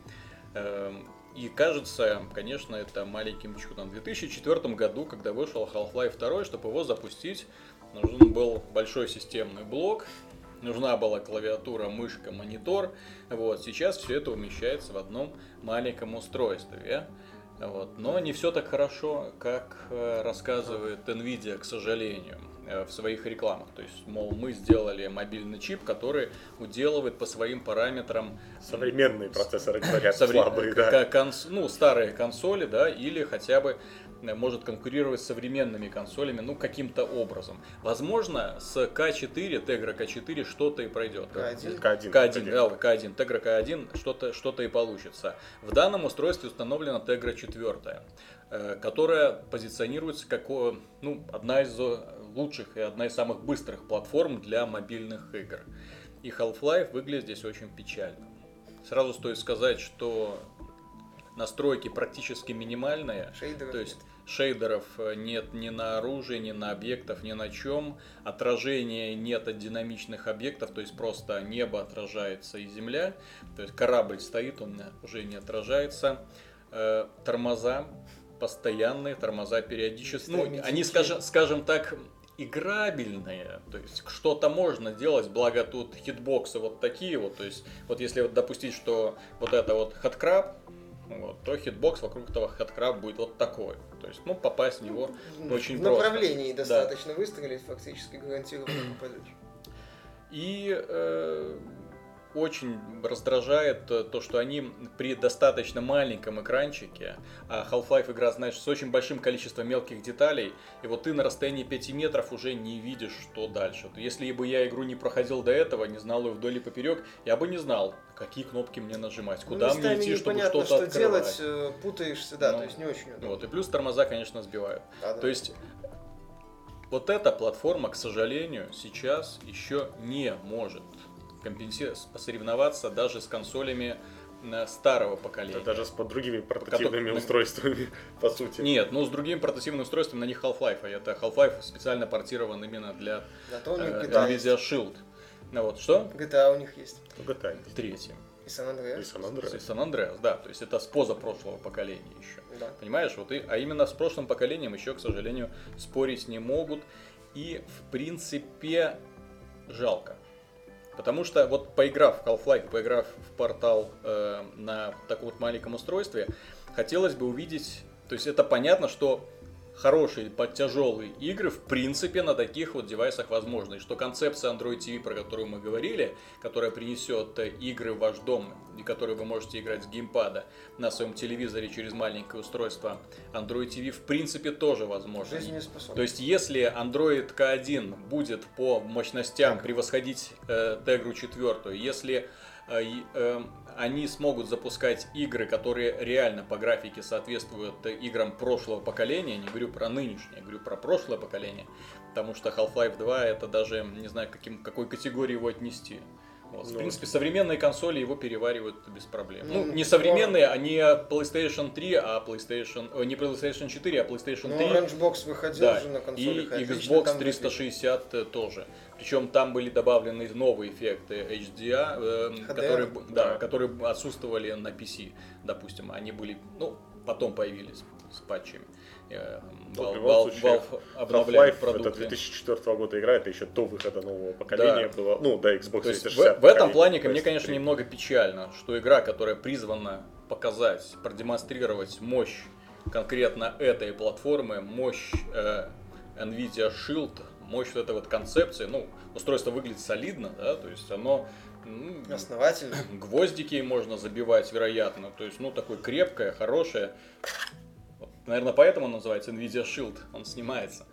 [SPEAKER 1] И кажется, конечно, это маленьким чудом. В 2004 году, когда вышел Half-Life 2, чтобы его запустить, нужен был большой системный блок, нужна была клавиатура, мышка, монитор. Сейчас все это умещается в одном маленьком устройстве. Но не все так хорошо, как рассказывает NVIDIA, к сожалению, в своих рекламах. То есть, мол, мы сделали мобильный чип, который уделывает по своим параметрам
[SPEAKER 3] современные процессоры, говорят, слабые, да.
[SPEAKER 1] Старые консоли, да, или хотя бы может конкурировать с современными консолями, каким-то образом. Возможно, с K4, Tegra K4 что-то и пройдет.
[SPEAKER 3] K1.
[SPEAKER 1] Tegra K1 что-то и получится. В данном устройстве установлена Tegra 4, которая позиционируется как одна из лучших и одна из самых быстрых платформ для мобильных игр. И Half-Life выглядит здесь очень печально. Сразу стоит сказать, что настройки практически минимальные. То есть шейдеров нет ни на оружии, ни на объектах, ни на чем. Отражения нет от динамичных объектов, то есть просто небо отражается и земля. То есть корабль стоит, он уже не отражается. Тормоза постоянные, тормоза периодически. Они, скажем так, играбельные, то есть что-то можно делать, благо тут хитбоксы вот такие вот, то есть если допустить, что вот это вот хэдкраб, то хитбокс вокруг этого хэдкраб будет вот такой, то есть попасть в него очень
[SPEAKER 2] в
[SPEAKER 1] просто.
[SPEAKER 2] направлении достаточно выстрелить, фактически гарантированно попадешь.
[SPEAKER 1] И очень раздражает то, что они при достаточно маленьком экранчике, а Half-Life игра, знаешь, с очень большим количеством мелких деталей, и ты на расстоянии 5 метров уже не видишь, что дальше. Если бы я игру не проходил до этого, не знал ее вдоль и поперек, я бы не знал, какие кнопки мне нажимать, куда мне идти, чтобы что-то
[SPEAKER 2] что
[SPEAKER 1] открывать.
[SPEAKER 2] делать, путаешься, то есть не очень удобно.
[SPEAKER 1] И плюс тормоза, конечно, сбивают. То есть вот эта платформа, к сожалению, сейчас еще не может посоревноваться даже с консолями старого поколения.
[SPEAKER 3] Это даже с другими портативными устройствами, по сути.
[SPEAKER 1] Нет, с другими портативными устройствами на них Half-Life. Это Half-Life специально портирован именно для NVIDIA Shield. Что?
[SPEAKER 2] GTA у них есть.
[SPEAKER 3] GTA есть.
[SPEAKER 1] Третьим.
[SPEAKER 2] И San
[SPEAKER 1] Andreas, да. То есть это с позапрошлого поколения еще.
[SPEAKER 2] Да.
[SPEAKER 1] Понимаешь? А именно с прошлым поколением еще, к сожалению, спорить не могут. И, в принципе, жалко. Потому что, вот поиграв в Half-Life, поиграв в Portal на таком вот маленьком устройстве, хотелось бы увидеть... То есть это понятно, что хорошие, тяжелые игры в принципе на таких вот девайсах возможны. И что концепция Android TV, про которую мы говорили, которая принесет игры в ваш дом, и которые вы можете играть с геймпада на своем телевизоре через маленькое устройство Android TV, в принципе тоже возможно.
[SPEAKER 2] Жизнеспособно.
[SPEAKER 1] То есть если Android K1 будет по мощностям превосходить Tegra 4, если они смогут запускать игры, которые реально по графике соответствуют играм прошлого поколения, не говорю про нынешнее, говорю про прошлое поколение, потому что Half-Life 2 это даже, не знаю, какой категории его отнести. Вот. В принципе, современные консоли его переваривают без проблем. Ну, не современные, а не PlayStation 3, а PlayStation... Не PlayStation 4, а PlayStation 3.
[SPEAKER 2] Orange Box выходил
[SPEAKER 1] да.
[SPEAKER 2] же на консолях.
[SPEAKER 1] И Xbox 360 тоже. Причем там были добавлены новые эффекты HDR, которые отсутствовали на PC, допустим. Они были, потом появились с патчами.
[SPEAKER 3] Valve
[SPEAKER 1] обновляет
[SPEAKER 3] продукты. Это 2004 года игра, это еще до выхода нового поколения было, до Xbox 360.
[SPEAKER 1] В этом плане мне, конечно, немного печально, что игра, которая призвана показать, продемонстрировать мощь конкретно этой платформы, мощь Nvidia Shield, мощь этой вот концепции, устройство выглядит солидно, да, то есть оно
[SPEAKER 2] основательно.
[SPEAKER 1] Гвоздики можно забивать, вероятно, то есть, такое крепкое, хорошее. Наверное, поэтому он называется Nvidia Shield, он снимается.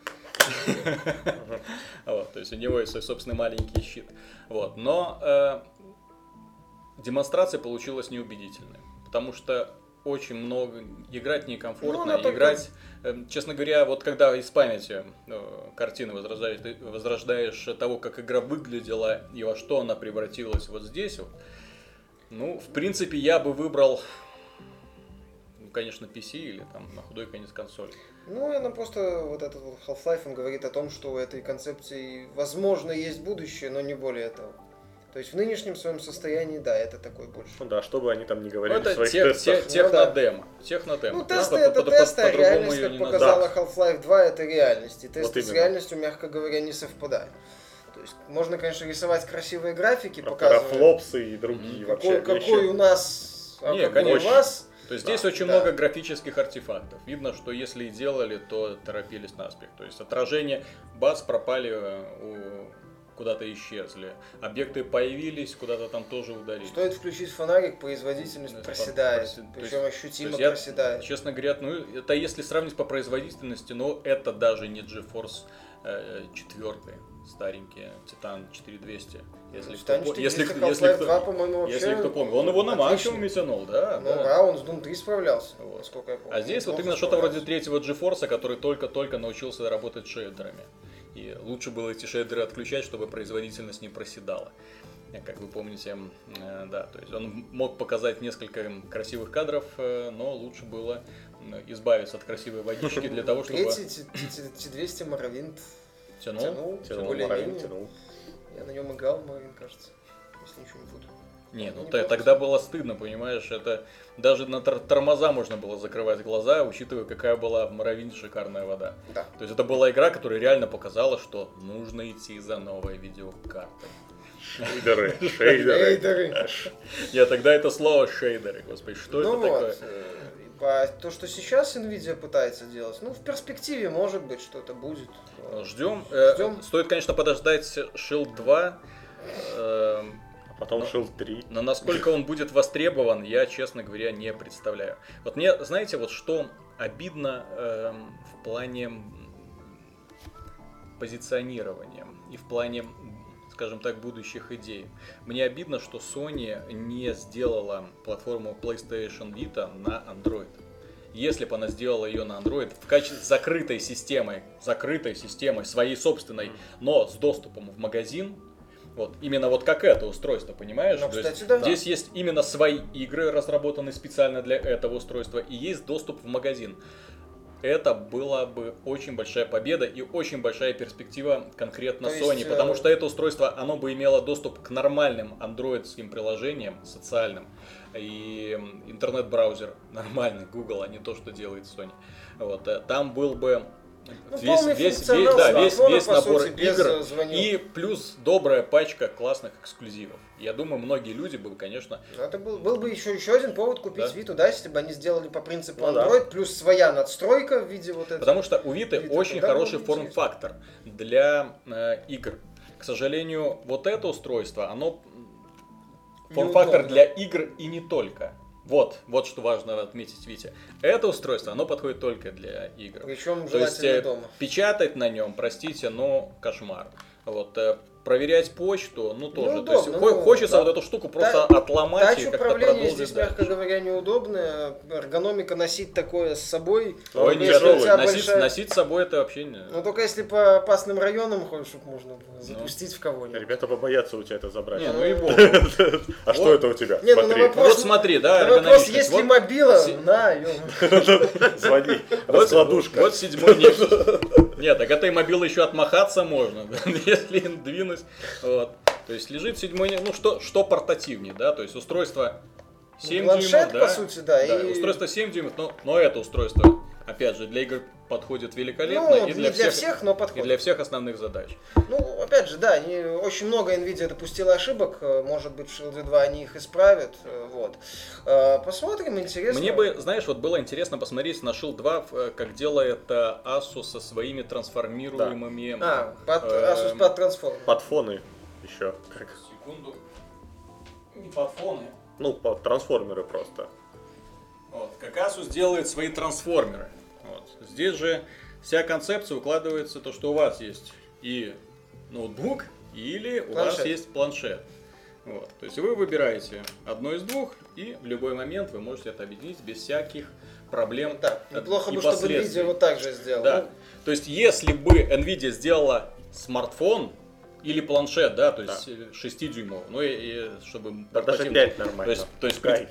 [SPEAKER 1] То есть у него есть свой собственный маленький щит. Но демонстрация получилась неубедительной, потому что очень много, играть некомфортно, играть, честно говоря, вот когда из памяти картины возрождаешь того, как игра выглядела и во что она превратилась вот здесь вот, в принципе, я бы выбрал... конечно, PC или там на худой конец консоль.
[SPEAKER 2] Она просто вот этот вот Half-Life, он говорит о том, что у этой концепции, возможно, есть будущее, но не более этого. То есть в нынешнем своем состоянии, да, это такой больше.
[SPEAKER 3] Что бы они там ни говорили в своих тестах.
[SPEAKER 1] Технодемо.
[SPEAKER 2] Тесты это тесты, а реальность, как показала Half-Life 2, это реальность. И тесты с реальностью, мягко говоря, не совпадают. То есть можно, конечно, рисовать красивые графики, показывать.
[SPEAKER 3] Терафлопсы и другие вообще.
[SPEAKER 2] Какой у нас, какой у вас.
[SPEAKER 1] То есть здесь очень много графических артефактов. Видно, что если и делали, то торопились наспех. То есть отражения, пропали, куда-то исчезли. Объекты появились, куда-то там тоже удалились.
[SPEAKER 2] Стоит включить фонарик, производительность проседает. Причем ощутимо проседает.
[SPEAKER 1] Честно говоря, это если сравнить по производительности, но это даже не GeForce 4, старенькие, Titan 4200. Если кто помнит. Он его на максимуме тянул, да?
[SPEAKER 2] Он с Doom 3 справлялся, насколько я помню.
[SPEAKER 1] А здесь вот именно что-то вроде третьего GeForce, который только-только научился работать с шейдерами. И лучше было эти шейдеры отключать, чтобы производительность не проседала. Как вы помните, да, то есть он мог показать несколько красивых кадров, но лучше было избавиться от красивой водички для того, чтобы...
[SPEAKER 2] Третий T200 Morrowind тянул. Я на нем играл, Morrowind, кажется, если ничего не буду.
[SPEAKER 1] Тогда было стыдно, понимаешь, это даже на тормоза можно было закрывать глаза, учитывая, какая была в Morrowind шикарная вода.
[SPEAKER 2] Да.
[SPEAKER 1] То есть это была игра, которая реально показала, что нужно идти за новой видеокартой.
[SPEAKER 3] Шейдеры.
[SPEAKER 1] Я тогда это слово шейдеры, господи, что это такое?
[SPEAKER 2] То, что сейчас Nvidia пытается делать, в перспективе, может быть, что-то будет.
[SPEAKER 1] Ждем. Стоит, конечно, подождать Shield 2.
[SPEAKER 3] Потом Shield 3.
[SPEAKER 1] Но насколько он будет востребован, я, честно говоря, не представляю. Вот мне, знаете, вот что обидно в плане позиционирования и в плане, скажем так, будущих идей. Мне обидно, что Sony не сделала платформу PlayStation Vita на Android. Если бы она сделала ее на Android в качестве закрытой системой, своей собственной, но с доступом в магазин, именно как это устройство, понимаешь?
[SPEAKER 2] Кстати, да.
[SPEAKER 1] Здесь есть именно свои игры, разработанные специально для этого устройства, и есть доступ в магазин. Это была бы очень большая победа и очень большая перспектива конкретно Sony, потому что это устройство, оно бы имело доступ к нормальным андроидским приложениям, социальным, и интернет-браузер нормальный, Google, а не то, что делает Sony. Там был бы
[SPEAKER 2] полный функционал смартфона,
[SPEAKER 1] весь
[SPEAKER 2] по
[SPEAKER 1] набор
[SPEAKER 2] сути, без
[SPEAKER 1] игр
[SPEAKER 2] звонил.
[SPEAKER 1] и плюс добрая пачка классных эксклюзивов. Я думаю, многие люди бы, конечно...
[SPEAKER 2] Это был бы еще один повод купить
[SPEAKER 1] Да.
[SPEAKER 2] Виту, да, если бы они сделали по принципу
[SPEAKER 3] Ну да.
[SPEAKER 2] Android, плюс своя надстройка в виде вот этого.
[SPEAKER 1] Потому что у Виты
[SPEAKER 2] Vita
[SPEAKER 1] очень
[SPEAKER 2] тогда
[SPEAKER 1] хороший
[SPEAKER 2] было бы интересно.
[SPEAKER 1] форм-фактор для игр. К сожалению, вот это устройство, оно форм-фактор
[SPEAKER 2] Неудобно.
[SPEAKER 1] для игр и не только. Вот что важно отметить, Вите. Это устройство, оно подходит только для игр.
[SPEAKER 2] Причем
[SPEAKER 1] То есть
[SPEAKER 2] желательно дома.
[SPEAKER 1] печатать на нем, простите, но кошмар. Вот, проверять почту, ну тоже.
[SPEAKER 2] Неудобно,
[SPEAKER 1] То есть
[SPEAKER 2] ну,
[SPEAKER 1] хочется
[SPEAKER 2] да.
[SPEAKER 1] вот эту штуку просто отломать
[SPEAKER 2] Тач
[SPEAKER 1] и как-то
[SPEAKER 2] управление
[SPEAKER 1] продолжить
[SPEAKER 2] здесь,
[SPEAKER 1] дальше.
[SPEAKER 2] мягко говоря, неудобная. Эргономика носить такое с собой.
[SPEAKER 1] Ой,
[SPEAKER 3] Он
[SPEAKER 1] не
[SPEAKER 2] если у
[SPEAKER 3] тяжелый.
[SPEAKER 2] тебя
[SPEAKER 1] носить,
[SPEAKER 2] большая-
[SPEAKER 1] носить с собой это вообще не...
[SPEAKER 2] Ну только если по опасным районам ходишь, чтобы можно было запустить в кого-нибудь.
[SPEAKER 3] Ребята побоятся у тебя это забрать.
[SPEAKER 1] Не, ну и бог.
[SPEAKER 3] А что
[SPEAKER 1] Вот.
[SPEAKER 3] это у тебя?
[SPEAKER 2] Не, ну,
[SPEAKER 3] Смотри.
[SPEAKER 2] на вопрос-
[SPEAKER 1] Вот смотри, да,
[SPEAKER 2] На вопрос,
[SPEAKER 1] эргономичность.
[SPEAKER 2] есть ли
[SPEAKER 1] Вот
[SPEAKER 2] мобила?
[SPEAKER 1] си-
[SPEAKER 2] На, ё.
[SPEAKER 3] Звони.
[SPEAKER 1] Вот,
[SPEAKER 3] Раскладушка.
[SPEAKER 1] вот 7-й нет. Нет, так этой мобилой еще отмахаться можно, да, если двинуть. Вот. То есть лежит 7-й, ну что портативнее, да, то есть устройство 7
[SPEAKER 2] Планшет,
[SPEAKER 1] дюймов, да.
[SPEAKER 2] по сути, да. и...
[SPEAKER 1] Устройство 7 дюймов, но это устройство, опять же, для игр подходит великолепно
[SPEAKER 2] Ну,
[SPEAKER 1] и
[SPEAKER 2] не для всех, но
[SPEAKER 1] и
[SPEAKER 2] подходит.
[SPEAKER 1] для всех основных задач.
[SPEAKER 2] Ну, опять же, да, очень много Nvidia допустила ошибок, может быть, в Shield 2 они их исправят, вот. Посмотрим, интересно.
[SPEAKER 1] Мне бы, знаешь, вот было интересно посмотреть на Shield 2, как делает Asus со своими трансформируемыми...
[SPEAKER 2] Asus под трансформ.
[SPEAKER 3] Подфоны еще. Как?
[SPEAKER 1] Секунду. Не подфоны.
[SPEAKER 3] Ну, под трансформеры просто.
[SPEAKER 1] Вот, как Asus делает свои трансформеры. Вот. Здесь же вся концепция укладывается то, что у вас есть и ноутбук, или у вас
[SPEAKER 2] Планшет.
[SPEAKER 1] есть планшет. Вот. То есть вы выбираете одно из двух, и в любой момент вы можете это объединить без всяких проблем
[SPEAKER 2] Да, неплохо
[SPEAKER 1] и
[SPEAKER 2] бы, чтобы
[SPEAKER 1] последствий.
[SPEAKER 2] Nvidia вот так же сделала.
[SPEAKER 1] Да. То есть если бы Nvidia сделала смартфон или планшет, да, то есть 6 дюймов, ну и чтобы...
[SPEAKER 3] Да даже
[SPEAKER 1] портативный.
[SPEAKER 3] 5 нормально.
[SPEAKER 1] То есть
[SPEAKER 3] Кайф.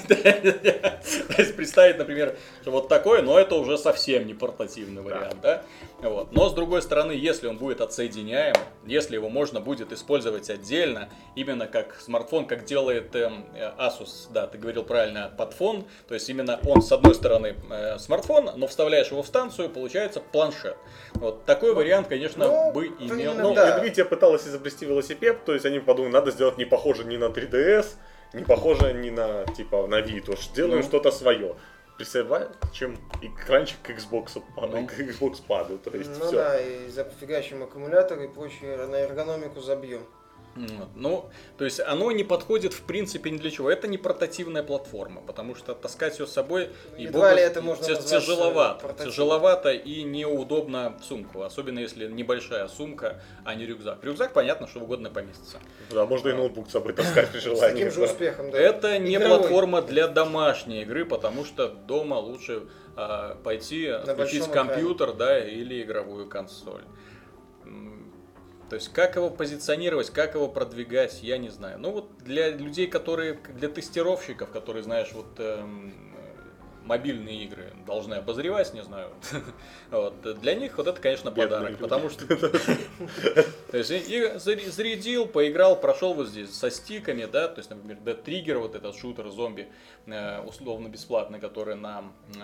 [SPEAKER 1] представить, например, что вот такое, но это уже совсем не портативный вариант, да? Вот. Но с другой стороны, если он будет отсоединяем, если его можно будет использовать отдельно, именно как смартфон, как делает Asus, да, ты говорил правильно, подфон, то есть именно он с одной стороны смартфон, но вставляешь его в станцию, получается планшет. Вот такой вариант, конечно,
[SPEAKER 2] Ну,
[SPEAKER 1] бы имел.
[SPEAKER 2] примерно
[SPEAKER 3] Ну,
[SPEAKER 2] да.
[SPEAKER 3] Nvidia пыталась изобрести велосипед, то есть они подумали, надо сделать не похоже ни на 3DS, не похоже ни на, типа, на Vita, уж сделаем
[SPEAKER 1] Ну.
[SPEAKER 3] что-то свое. Представляешь, чем экранчик к Xbox,
[SPEAKER 1] Ну.
[SPEAKER 3] к Xbox падает, то есть
[SPEAKER 2] Ну
[SPEAKER 3] все.
[SPEAKER 2] да, и зафигачим аккумулятор и прочее, на эргономику забьем.
[SPEAKER 1] Вот. Ну, то есть оно не подходит в принципе ни для чего. Это не портативная платформа, потому что таскать ее с собой
[SPEAKER 2] Едва ли это можно назвать
[SPEAKER 1] тяжеловато.
[SPEAKER 2] портативным.
[SPEAKER 1] Тяжеловато и неудобно в сумку. Особенно если небольшая сумка, а не рюкзак. Рюкзак, понятно, что угодно поместится.
[SPEAKER 3] Да, можно и ноутбук с собой таскать при
[SPEAKER 2] С
[SPEAKER 3] желании.
[SPEAKER 2] таким же
[SPEAKER 3] да.
[SPEAKER 2] успехом, да.
[SPEAKER 1] Это не
[SPEAKER 2] Игровой.
[SPEAKER 1] платформа для домашней игры, потому что дома лучше пойти, включить
[SPEAKER 2] большом
[SPEAKER 1] компьютер, да, или игровую консоль. То есть, как его позиционировать, как его продвигать, я не знаю. Ну, вот для людей, которые, для тестировщиков, которые, знаешь, вот мобильные игры должны обозревать, не знаю. Вот. Для них вот это, конечно,
[SPEAKER 3] Бедные
[SPEAKER 1] подарок,
[SPEAKER 3] люди.
[SPEAKER 1] потому что... То есть, и зарядил, поиграл, прошел вот здесь со стиками, да, то есть, например, Dead Trigger, вот этот шутер зомби, условно бесплатный, который на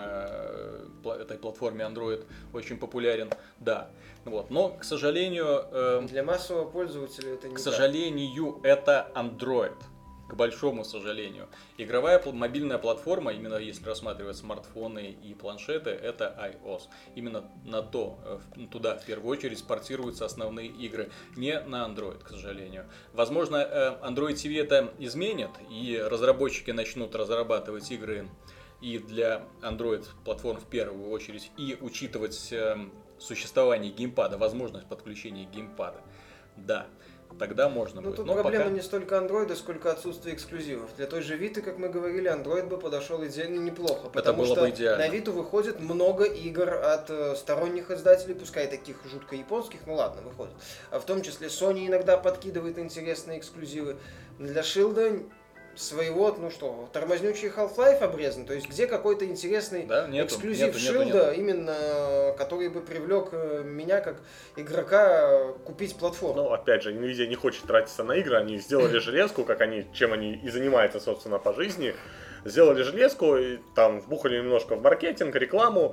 [SPEAKER 1] этой платформе Android очень популярен, да. Вот. Но, к сожалению,
[SPEAKER 2] Для массового пользователя это не
[SPEAKER 1] к
[SPEAKER 2] так.
[SPEAKER 1] сожалению, это Android. К большому сожалению. Игровая мобильная платформа, именно если рассматривать смартфоны и планшеты, это iOS. Именно туда в первую очередь портируются основные игры, не на Android, к сожалению. Возможно, Android TV это изменит, и разработчики начнут разрабатывать игры и для Android платформ в первую очередь, и учитывать существование геймпада, возможность подключения геймпада. Да. Тогда можно
[SPEAKER 2] Ну,
[SPEAKER 1] будет.
[SPEAKER 2] тут
[SPEAKER 1] Но
[SPEAKER 2] проблема
[SPEAKER 1] пока...
[SPEAKER 2] не столько андроида, сколько отсутствие эксклюзивов. Для той же Виты, как мы говорили, Android бы подошел идеально неплохо. Потому
[SPEAKER 1] было
[SPEAKER 2] что
[SPEAKER 1] бы идеально.
[SPEAKER 2] на Виту выходит много игр от сторонних издателей, пускай таких жутко японских, ну ладно, выходит. А в том числе Sony иногда подкидывает интересные эксклюзивы. Для Шилда своего, ну что, тормознючий Half-Life обрезан, то есть где какой-то интересный
[SPEAKER 1] Да, нету,
[SPEAKER 2] эксклюзив
[SPEAKER 1] нету,
[SPEAKER 2] Шилда, именно который бы привлек меня как игрока купить платформу.
[SPEAKER 3] Ну, опять же, Nvidia не хочет тратиться на игры, они сделали железку, чем они и занимаются, собственно, по жизни. Сделали железку, и там вбухали немножко в маркетинг, рекламу,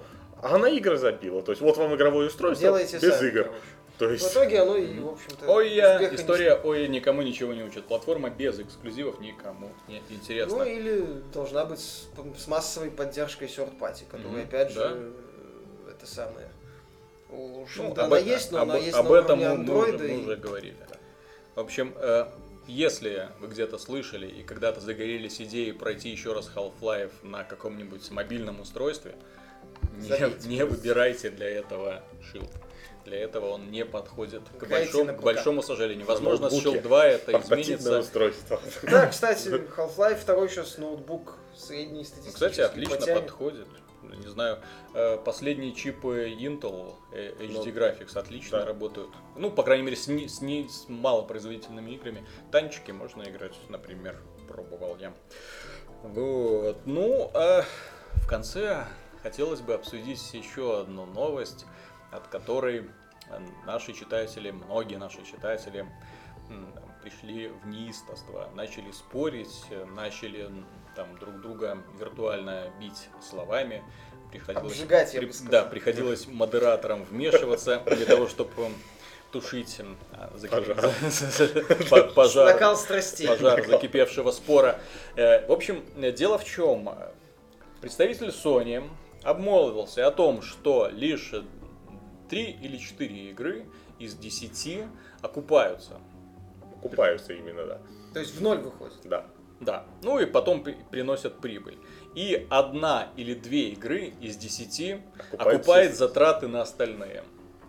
[SPEAKER 3] А она игры забила. То есть вот вам игровое устройство
[SPEAKER 2] Делайте
[SPEAKER 3] без
[SPEAKER 2] сами,
[SPEAKER 3] игр.
[SPEAKER 2] короче.
[SPEAKER 3] То
[SPEAKER 2] В
[SPEAKER 3] есть...
[SPEAKER 2] итоге оно и, в общем-то,
[SPEAKER 1] Ой-я,
[SPEAKER 2] успеха не
[SPEAKER 1] история ой никому ничего не учит. Платформа без эксклюзивов никому не интересна.
[SPEAKER 2] Ну или должна быть с массовой поддержкой third party, которая, опять
[SPEAKER 1] да.
[SPEAKER 2] же, это самое.
[SPEAKER 1] Ну,
[SPEAKER 2] она есть, но она есть на
[SPEAKER 1] этом
[SPEAKER 2] уровне
[SPEAKER 1] мы
[SPEAKER 2] андроида.
[SPEAKER 1] уже говорили. В общем, если вы где-то слышали и когда-то загорелись идеей пройти еще раз Half-Life на каком-нибудь мобильном устройстве, не выбирайте для этого Shield. Для этого он не подходит, к большому сожалению. Возможно, с Shield 2 это изменится.
[SPEAKER 3] Устройство.
[SPEAKER 2] Да, кстати, Half-Life 2 сейчас ноутбук средний статистический.
[SPEAKER 1] Кстати, отлично подходит. Не знаю, последние чипы Intel HD Graphics отлично работают. Ну, по крайней мере, с малопроизводительными играми. Танчики можно играть, например, пробовал я. Вот. Ну, а в конце хотелось бы обсудить еще одну новость, от которой наши читатели, многие наши читатели пришли в неистовство, начали спорить, начали там друг друга виртуально бить словами.
[SPEAKER 2] Обжигать, я бы сказал.
[SPEAKER 1] Да, приходилось модераторам вмешиваться для того, чтобы тушить пожар закипевшего спора. В общем, дело в чем? Представитель Sony обмолвился о том, что лишь 3 или 4 игры из 10 окупаются.
[SPEAKER 3] Окупаются именно, да.
[SPEAKER 2] То есть в ноль выходит.
[SPEAKER 3] Да.
[SPEAKER 1] Да. Ну и потом приносят прибыль. И 1 или 2 игры из 10 окупает затраты на остальные.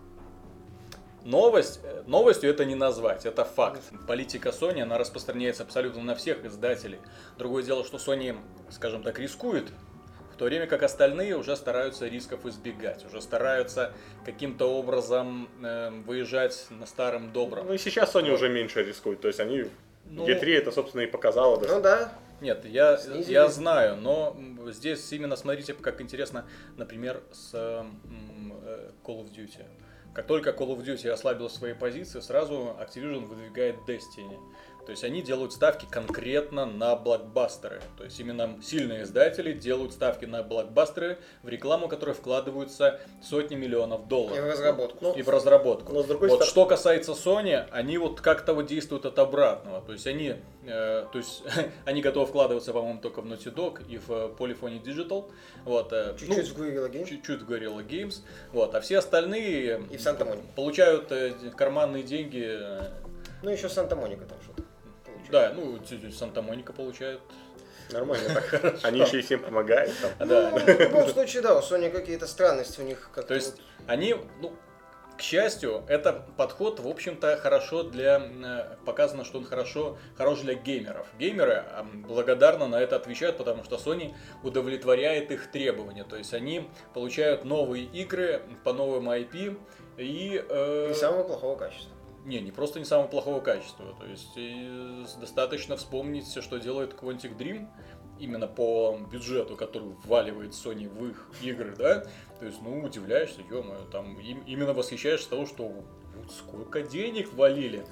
[SPEAKER 1] Новостью это не назвать, это факт. Политика Sony, она распространяется абсолютно на всех издателей. Другое дело, что Sony, скажем так, рискует, в то время как остальные уже стараются рисков избегать, уже стараются каким-то образом выезжать на старом добром.
[SPEAKER 3] Ну и сейчас Sony уже меньше рискует, то есть они... E3 это, собственно, и показало.
[SPEAKER 2] Ну да.
[SPEAKER 1] Нет, я знаю, но здесь именно смотрите, как интересно, например, с Call of Duty. Как только Call of Duty ослабил свои позиции, сразу Activision выдвигает Destiny. То есть они делают ставки конкретно на блокбастеры. То есть именно сильные издатели делают ставки на блокбастеры, в рекламу, которые вкладываются сотни миллионов долларов.
[SPEAKER 2] И в разработку.
[SPEAKER 1] И в разработку.
[SPEAKER 3] Но с другой
[SPEAKER 1] вот что касается Sony, они вот как-то вот действуют от обратного. То есть они готовы вкладываться, по-моему, только в Naughty Dog и в Polyphony Digital. Вот,
[SPEAKER 2] чуть-чуть в Guerrilla Games.
[SPEAKER 1] Чуть-чуть в Guerrilla Games. Вот, а все остальные
[SPEAKER 2] и в Санта-Монику
[SPEAKER 1] получают карманные деньги.
[SPEAKER 2] Ну еще Санта-Моника там что-то.
[SPEAKER 1] Да, ну, Санта-Моника получают.
[SPEAKER 3] Нормально так. Они еще и всем помогают.
[SPEAKER 2] Да. Ну, в любом случае, да, у Sony какие-то странности у них.
[SPEAKER 1] То есть они, к счастью, это подход, в общем-то, хорошо показано, что он хорош для геймеров. Геймеры благодарно на это отвечают, потому что Sony удовлетворяет их требования. То есть они получают новые игры по новым IP и...
[SPEAKER 2] Не самого плохого качества.
[SPEAKER 1] Не просто не самого плохого качества. То есть достаточно вспомнить, что делает Quantic Dream именно по бюджету, который вваливает Sony в их игры, да? То есть, удивляешься, ё-моё, там именно восхищаешься того, что вот сколько денег валили.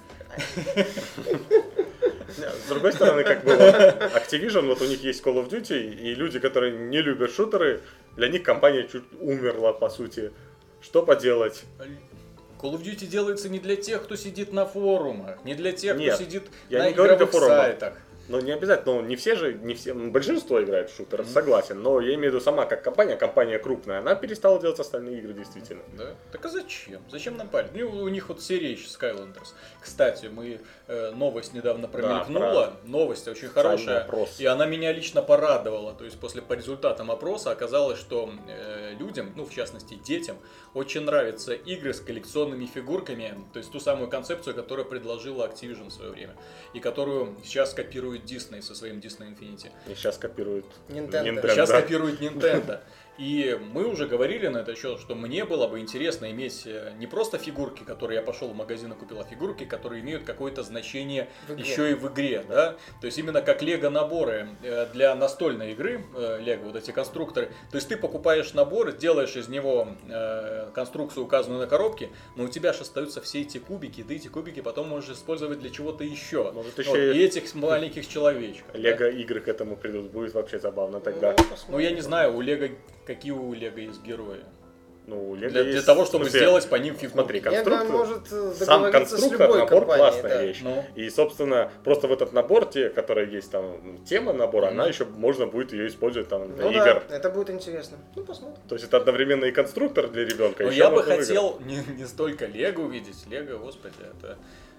[SPEAKER 3] С другой стороны, как было, Activision, вот у них есть Call of Duty, и люди, которые не любят шутеры, для них компания чуть умерла, по сути. Что поделать?
[SPEAKER 1] Call of Duty делается не для тех, кто сидит на форумах, не для тех, кто сидит на игровых сайтах.
[SPEAKER 3] Ну, не обязательно, не все, большинство играет в шутер, согласен, но я имею в виду сама как компания крупная, она перестала делать остальные игры действительно.
[SPEAKER 1] Да? Так а зачем? Зачем нам парить? У них вот серия еще Skylanders. Кстати, новость недавно промелькнула, новость очень хорошая, и она меня лично порадовала. То есть по результатам опроса оказалось, что людям, в частности детям, очень нравятся игры с коллекционными фигурками, то есть ту самую концепцию, которую предложила Activision в свое время, и которую сейчас копирует Disney со своим Disney Infinity.
[SPEAKER 3] И сейчас копирует
[SPEAKER 2] Nintendo.
[SPEAKER 1] Сейчас копирует Nintendo. И мы уже говорили на это счет, что мне было бы интересно иметь не просто фигурки, которые я пошел в магазин и купил, а фигурки, которые имеют какое-то значение еще и в игре. Да? То есть именно как лего-наборы для настольной игры, лего, вот эти конструкторы. То есть ты покупаешь набор, делаешь из него конструкцию, указанную на коробке, но у тебя же остаются все эти кубики, и ты эти кубики потом можешь использовать для чего-то еще.
[SPEAKER 3] Может, еще
[SPEAKER 1] и этих маленьких человечков.
[SPEAKER 3] Лего-игры к этому придут, будет вообще забавно тогда.
[SPEAKER 1] Я не знаю, какие у Лего есть герои.
[SPEAKER 3] Ну, Лего
[SPEAKER 1] Для
[SPEAKER 3] есть,
[SPEAKER 1] того, чтобы
[SPEAKER 3] в смысле,
[SPEAKER 1] сделать по ним фигурки.
[SPEAKER 3] Смотри,
[SPEAKER 2] Лего
[SPEAKER 3] конструктор,
[SPEAKER 2] может
[SPEAKER 3] сам
[SPEAKER 2] договориться с
[SPEAKER 3] конструктор,
[SPEAKER 2] любой
[SPEAKER 3] набор
[SPEAKER 2] компанией,
[SPEAKER 3] классная
[SPEAKER 2] да.
[SPEAKER 3] вещь.
[SPEAKER 1] Ну.
[SPEAKER 3] И, собственно, просто в этот набор, которая есть там, тема набора,
[SPEAKER 1] Мгм.
[SPEAKER 3] она еще можно будет ее использовать там для
[SPEAKER 2] Ну
[SPEAKER 3] игр.
[SPEAKER 2] да, это будет интересно. Ну, посмотрим.
[SPEAKER 3] То есть это одновременно и конструктор для ребенка.
[SPEAKER 1] Но
[SPEAKER 3] еще
[SPEAKER 1] я бы
[SPEAKER 3] можно в игры.
[SPEAKER 1] хотел не столько Лего увидеть. Лего, господи, это...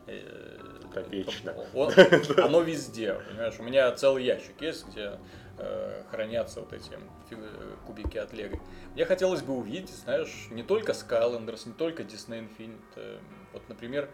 [SPEAKER 3] Это вечно.
[SPEAKER 1] Оно везде, понимаешь? У меня целый ящик есть, где хранятся вот эти кубики от Лего. Мне хотелось бы увидеть, знаешь, не только Skylanders, не только Disney Infinite. Вот, например,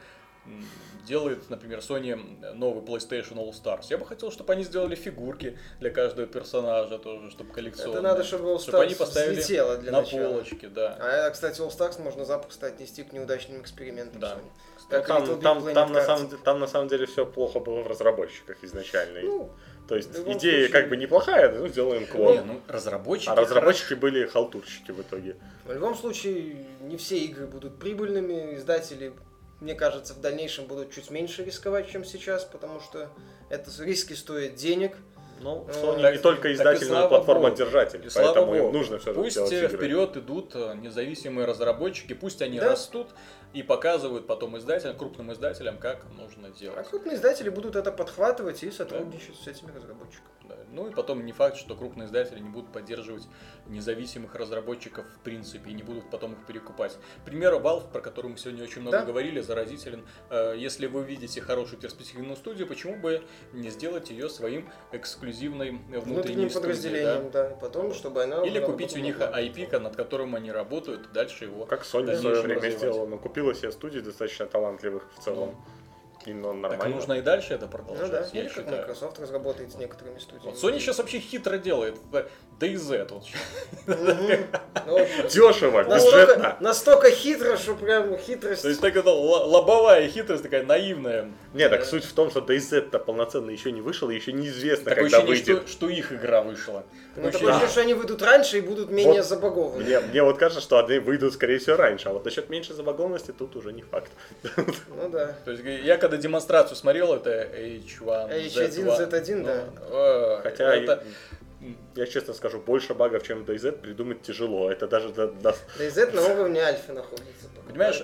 [SPEAKER 1] делает, например, Sony новый PlayStation All Stars. Я бы хотел, чтобы они сделали фигурки для каждого персонажа тоже, чтобы коллекционные.
[SPEAKER 2] Это надо, чтобы All
[SPEAKER 1] Чтобы они
[SPEAKER 2] Stars
[SPEAKER 1] поставили
[SPEAKER 2] взлетело для
[SPEAKER 1] на
[SPEAKER 2] начала.
[SPEAKER 1] полочке, да.
[SPEAKER 2] А, кстати, All Stars можно запросто отнести к неудачным экспериментам
[SPEAKER 1] Да.
[SPEAKER 2] Sony.
[SPEAKER 3] Ну,
[SPEAKER 2] Как Little Big Planet
[SPEAKER 3] там на
[SPEAKER 2] Cards.
[SPEAKER 3] самом деле все плохо было в разработчиках изначально.
[SPEAKER 2] Ну,
[SPEAKER 3] То есть
[SPEAKER 2] в любом
[SPEAKER 3] идея
[SPEAKER 2] случае-
[SPEAKER 3] как бы неплохая, ну сделаем
[SPEAKER 1] Не,
[SPEAKER 3] клон.
[SPEAKER 1] ну разработчики.
[SPEAKER 3] А разработчики были халтурщики в итоге.
[SPEAKER 2] в любом случае, не все игры будут прибыльными. Издатели, мне кажется, в дальнейшем будут чуть меньше рисковать, чем сейчас, потому что это риски стоят денег.
[SPEAKER 3] Ну,
[SPEAKER 2] Ну,
[SPEAKER 3] Sony
[SPEAKER 1] так-
[SPEAKER 3] не только
[SPEAKER 1] так и
[SPEAKER 3] издатель, но
[SPEAKER 1] слава
[SPEAKER 3] и платформодержатель,
[SPEAKER 1] И слава
[SPEAKER 3] поэтому им
[SPEAKER 1] богу.
[SPEAKER 3] нужно все
[SPEAKER 1] Пусть
[SPEAKER 3] делать игры.
[SPEAKER 1] вперед идут независимые разработчики, пусть они
[SPEAKER 2] Да.
[SPEAKER 1] растут и показывают потом издателям, крупным издателям, как нужно
[SPEAKER 2] А
[SPEAKER 1] делать.
[SPEAKER 2] крупные издатели будут это подхватывать и сотрудничать с этими разработчиками.
[SPEAKER 1] Да. Ну и потом не факт, что крупные издатели не будут поддерживать независимых разработчиков в принципе и не будут потом их перекупать. Пример Valve, про который мы сегодня очень много
[SPEAKER 2] Да.
[SPEAKER 1] говорили, заразителен. Если вы видите хорошую перспективную студию, почему бы не сделать ее своим эксклюзивной внутренней
[SPEAKER 2] Внутренним
[SPEAKER 1] студией,
[SPEAKER 2] подразделением, да. И потом, чтобы она...
[SPEAKER 1] Или
[SPEAKER 2] уже
[SPEAKER 1] купить у них
[SPEAKER 2] работала.
[SPEAKER 1] IP, над которым они работают, и дальше его
[SPEAKER 3] Как Sony в
[SPEAKER 1] дальнейшем
[SPEAKER 3] свое время
[SPEAKER 1] развивать.
[SPEAKER 3] сделала, но купила себе студий достаточно талантливых в целом. И нормально.
[SPEAKER 1] Так нужно и дальше это
[SPEAKER 2] Ну
[SPEAKER 1] продолжать,
[SPEAKER 2] да,
[SPEAKER 1] я
[SPEAKER 2] или как
[SPEAKER 1] считаю.
[SPEAKER 2] Microsoft разработает с некоторыми студиями.
[SPEAKER 1] Вот Sony сейчас вообще хитро делает. Это DayZ. Вот.
[SPEAKER 2] Мгм. Ну,
[SPEAKER 3] Дешево,
[SPEAKER 2] Настолько,
[SPEAKER 3] бюджетно.
[SPEAKER 2] настолько хитро, что прям хитрость.
[SPEAKER 1] То есть так это лобовая хитрость, такая наивная.
[SPEAKER 3] Не, так суть в том, что DayZ-то полноценно еще не вышел, и еще неизвестно,
[SPEAKER 1] Такое
[SPEAKER 3] когда
[SPEAKER 1] ощущение,
[SPEAKER 3] выйдет.
[SPEAKER 1] что их игра вышла.
[SPEAKER 2] Ну,
[SPEAKER 1] Такое
[SPEAKER 2] такое
[SPEAKER 1] ощущение,
[SPEAKER 2] ощущение, что они выйдут раньше и будут менее
[SPEAKER 3] Вот
[SPEAKER 2] забагованы.
[SPEAKER 3] Мне вот кажется, что они выйдут, скорее всего, раньше. А вот насчет меньшей забагованности тут уже не факт.
[SPEAKER 2] Ну да.
[SPEAKER 1] То есть я когда демонстрацию смотрел, это H1,
[SPEAKER 2] H1, Z1, да.
[SPEAKER 3] Хотя,
[SPEAKER 1] это...
[SPEAKER 3] я честно скажу, больше багов, чем DayZ, придумать тяжело. Это даже...
[SPEAKER 2] DayZ на уровне альфа находится. пока.
[SPEAKER 1] Понимаешь,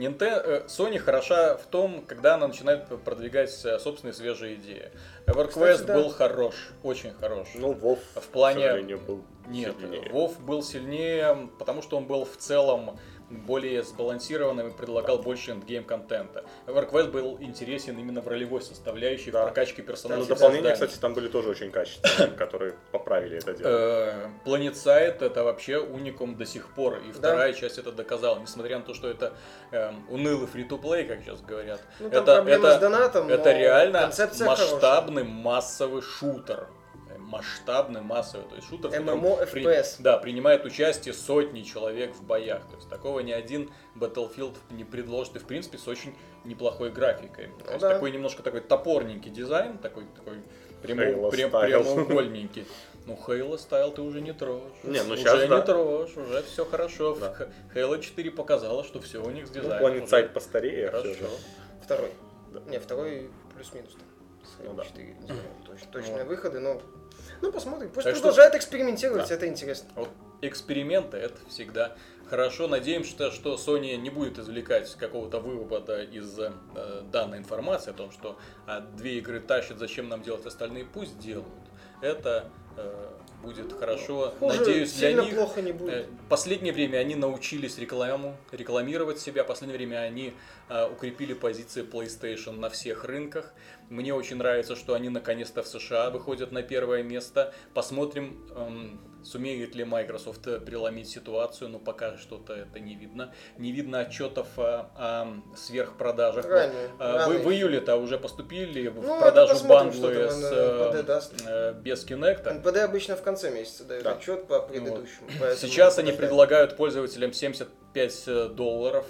[SPEAKER 1] Sony хороша в том, когда она начинает продвигать собственные свежие идеи. EverQuest
[SPEAKER 2] Кстати, да.
[SPEAKER 1] был хорош, очень хорош.
[SPEAKER 3] Ну, WoW,
[SPEAKER 1] В плане-
[SPEAKER 3] к сожалению, был
[SPEAKER 1] Нет,
[SPEAKER 3] сильнее.
[SPEAKER 1] WoW был сильнее, потому что он был в целом более сбалансированным и предлагал больше эндгейм-контента. EverQuest был интересен именно в ролевой составляющей,
[SPEAKER 3] Да.
[SPEAKER 1] в прокачке
[SPEAKER 3] Ну,
[SPEAKER 1] персонажей.
[SPEAKER 3] дополнения,
[SPEAKER 1] создании.
[SPEAKER 3] кстати, там были тоже очень качественные, которые поправили это дело.
[SPEAKER 1] PlanetSide это вообще уникум до сих пор, и вторая часть это доказала, несмотря на то, что это унылый фри-то-плей, как сейчас говорят.
[SPEAKER 2] Ну, там
[SPEAKER 1] это
[SPEAKER 2] проблема с донатом,
[SPEAKER 1] это
[SPEAKER 2] но
[SPEAKER 1] реально
[SPEAKER 2] концепция
[SPEAKER 1] масштабный массовый шутер. Масштабный, массовый, то есть шутер, в котором
[SPEAKER 2] ММО, FPS.
[SPEAKER 1] да, принимает участие сотни человек в боях. То есть такого ни один Battlefield не предложит, и в принципе с очень неплохой графикой. То есть
[SPEAKER 2] да.
[SPEAKER 1] такой немножко такой топорненький дизайн, такой
[SPEAKER 3] Halo style.
[SPEAKER 1] прямоугольненький. Ну, Halo Style ты уже не трожь.
[SPEAKER 3] Не, ну
[SPEAKER 1] уже
[SPEAKER 3] щас да.
[SPEAKER 1] не трожь, уже все хорошо.
[SPEAKER 3] Да.
[SPEAKER 1] Halo 4 показала, что все у них с
[SPEAKER 3] Ну,
[SPEAKER 1] дизайном.
[SPEAKER 3] PlanetSide
[SPEAKER 1] уже
[SPEAKER 3] постарее.
[SPEAKER 1] хорошо.
[SPEAKER 3] всё же.
[SPEAKER 2] Второй.
[SPEAKER 3] Да.
[SPEAKER 2] Не, второй плюс-минус. там. С
[SPEAKER 3] Ну да.
[SPEAKER 2] 4, не знаю, точные выходы, но... Ну, посмотрим. Пусть
[SPEAKER 1] Так что-
[SPEAKER 2] продолжает экспериментировать,
[SPEAKER 1] Да.
[SPEAKER 2] это интересно.
[SPEAKER 1] Вот эксперименты это всегда хорошо. Надеемся, что Sony не будет извлекать какого-то вывода из данной информации о том, что две игры тащат, зачем нам делать остальные, пусть делают. Это будет хорошо.
[SPEAKER 2] Хуже
[SPEAKER 1] Надеюсь, для
[SPEAKER 2] сильно
[SPEAKER 1] них.
[SPEAKER 2] плохо не будет.
[SPEAKER 1] В последнее время они научились рекламировать себя. В последнее время они укрепили позиции PlayStation на всех рынках. Мне очень нравится, что они наконец-то в США выходят на первое место. Посмотрим, сумеет ли Microsoft преломить ситуацию, но пока что-то это не видно. Не видно отчетов о сверхпродажах.
[SPEAKER 2] Рано
[SPEAKER 1] В июле-то уже поступили в
[SPEAKER 2] Ну,
[SPEAKER 1] продажу
[SPEAKER 2] это посмотрим,
[SPEAKER 1] бандлы
[SPEAKER 2] что там НПД даст.
[SPEAKER 1] без Kinect.
[SPEAKER 2] НПД обычно в конце месяца дают
[SPEAKER 3] Да.
[SPEAKER 2] отчет по предыдущему. поэтому
[SPEAKER 1] Сейчас они
[SPEAKER 2] подождать.
[SPEAKER 1] предлагают пользователям $75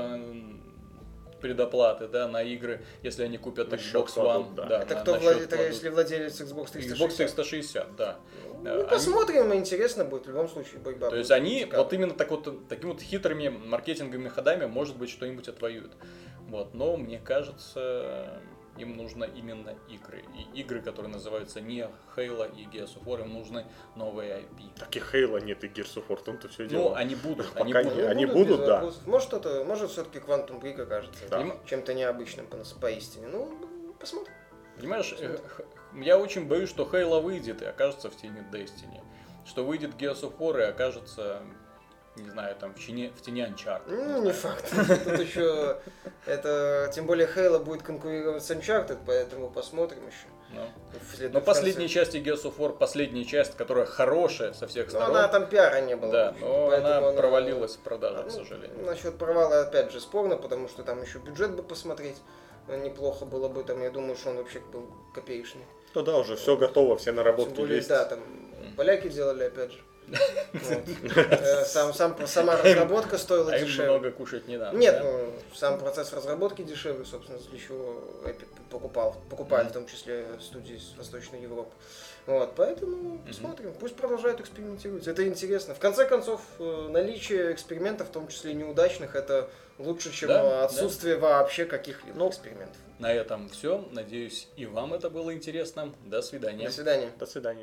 [SPEAKER 1] предоплаты, да, на игры, если они купят
[SPEAKER 3] На
[SPEAKER 1] Xbox
[SPEAKER 3] счет
[SPEAKER 1] One.
[SPEAKER 3] кладут, да.
[SPEAKER 1] Да,
[SPEAKER 2] Это
[SPEAKER 1] на-
[SPEAKER 2] кто
[SPEAKER 1] на
[SPEAKER 2] владелец,
[SPEAKER 1] счет кладут.
[SPEAKER 2] если владелец Xbox 360?
[SPEAKER 1] Xbox 360, да.
[SPEAKER 2] Ну,
[SPEAKER 1] Они-
[SPEAKER 2] посмотрим, интересно будет. В любом случае, борьба
[SPEAKER 1] То есть
[SPEAKER 2] будет
[SPEAKER 1] они
[SPEAKER 2] цикавой.
[SPEAKER 1] вот именно такими вот хитрыми маркетинговыми ходами, может быть, что-нибудь отвоюют. Вот. Но мне кажется, им нужно именно игры. И игры, которые называются не Halo и Gears of War, им нужны новые IP.
[SPEAKER 3] Так и Halo нет, и Gears of War, в том-то все
[SPEAKER 1] Ну,
[SPEAKER 3] дело.
[SPEAKER 1] они будут,
[SPEAKER 3] Пока
[SPEAKER 1] они
[SPEAKER 3] не-
[SPEAKER 1] будут.
[SPEAKER 3] они
[SPEAKER 2] без
[SPEAKER 3] будут, да.
[SPEAKER 2] вопросов. Может все-таки Quantum Break окажется
[SPEAKER 3] Да.
[SPEAKER 2] чем-то необычным поистине. Ну, посмотрим.
[SPEAKER 1] Понимаешь, я очень боюсь, что Halo выйдет и окажется в тени Destiny. Что выйдет Gears of War и окажется, не знаю, там в тени Uncharted.
[SPEAKER 2] Ну, не факт. Тут еще это, тем более Halo будет конкурировать с Uncharted, поэтому посмотрим еще.
[SPEAKER 1] Но последняя часть Gears of War, последняя часть, которая хорошая со всех
[SPEAKER 2] Ну,
[SPEAKER 1] сторон.
[SPEAKER 2] она там пиара не было.
[SPEAKER 1] Да, но
[SPEAKER 2] поэтому
[SPEAKER 1] она провалилась в продаже, к
[SPEAKER 2] Ну,
[SPEAKER 1] сожалению.
[SPEAKER 2] Насчет провала, опять же, спорно, потому что там еще бюджет бы посмотреть. Неплохо было бы, там, я думаю, что он вообще был копеечный.
[SPEAKER 3] Ну да, уже все готово, все
[SPEAKER 2] Тем
[SPEAKER 3] наработки
[SPEAKER 2] более,
[SPEAKER 3] есть.
[SPEAKER 2] да, там поляки делали, опять же. Вот. Сама разработка стоила
[SPEAKER 1] А им
[SPEAKER 2] дешевле.
[SPEAKER 1] много кушать не надо.
[SPEAKER 2] Нет,
[SPEAKER 1] да?
[SPEAKER 2] ну, сам процесс разработки дешевле, собственно, для чего Epic покупали в том числе студии из Восточной Европы. Вот, поэтому посмотрим, пусть продолжают экспериментировать. Это интересно. В конце концов, наличие экспериментов, в том числе неудачных, это лучше, чем
[SPEAKER 1] Да,
[SPEAKER 2] отсутствие вообще каких-либо экспериментов.
[SPEAKER 1] На этом все. Надеюсь, и вам это было интересно. До свидания.
[SPEAKER 2] До свидания.
[SPEAKER 3] До свидания.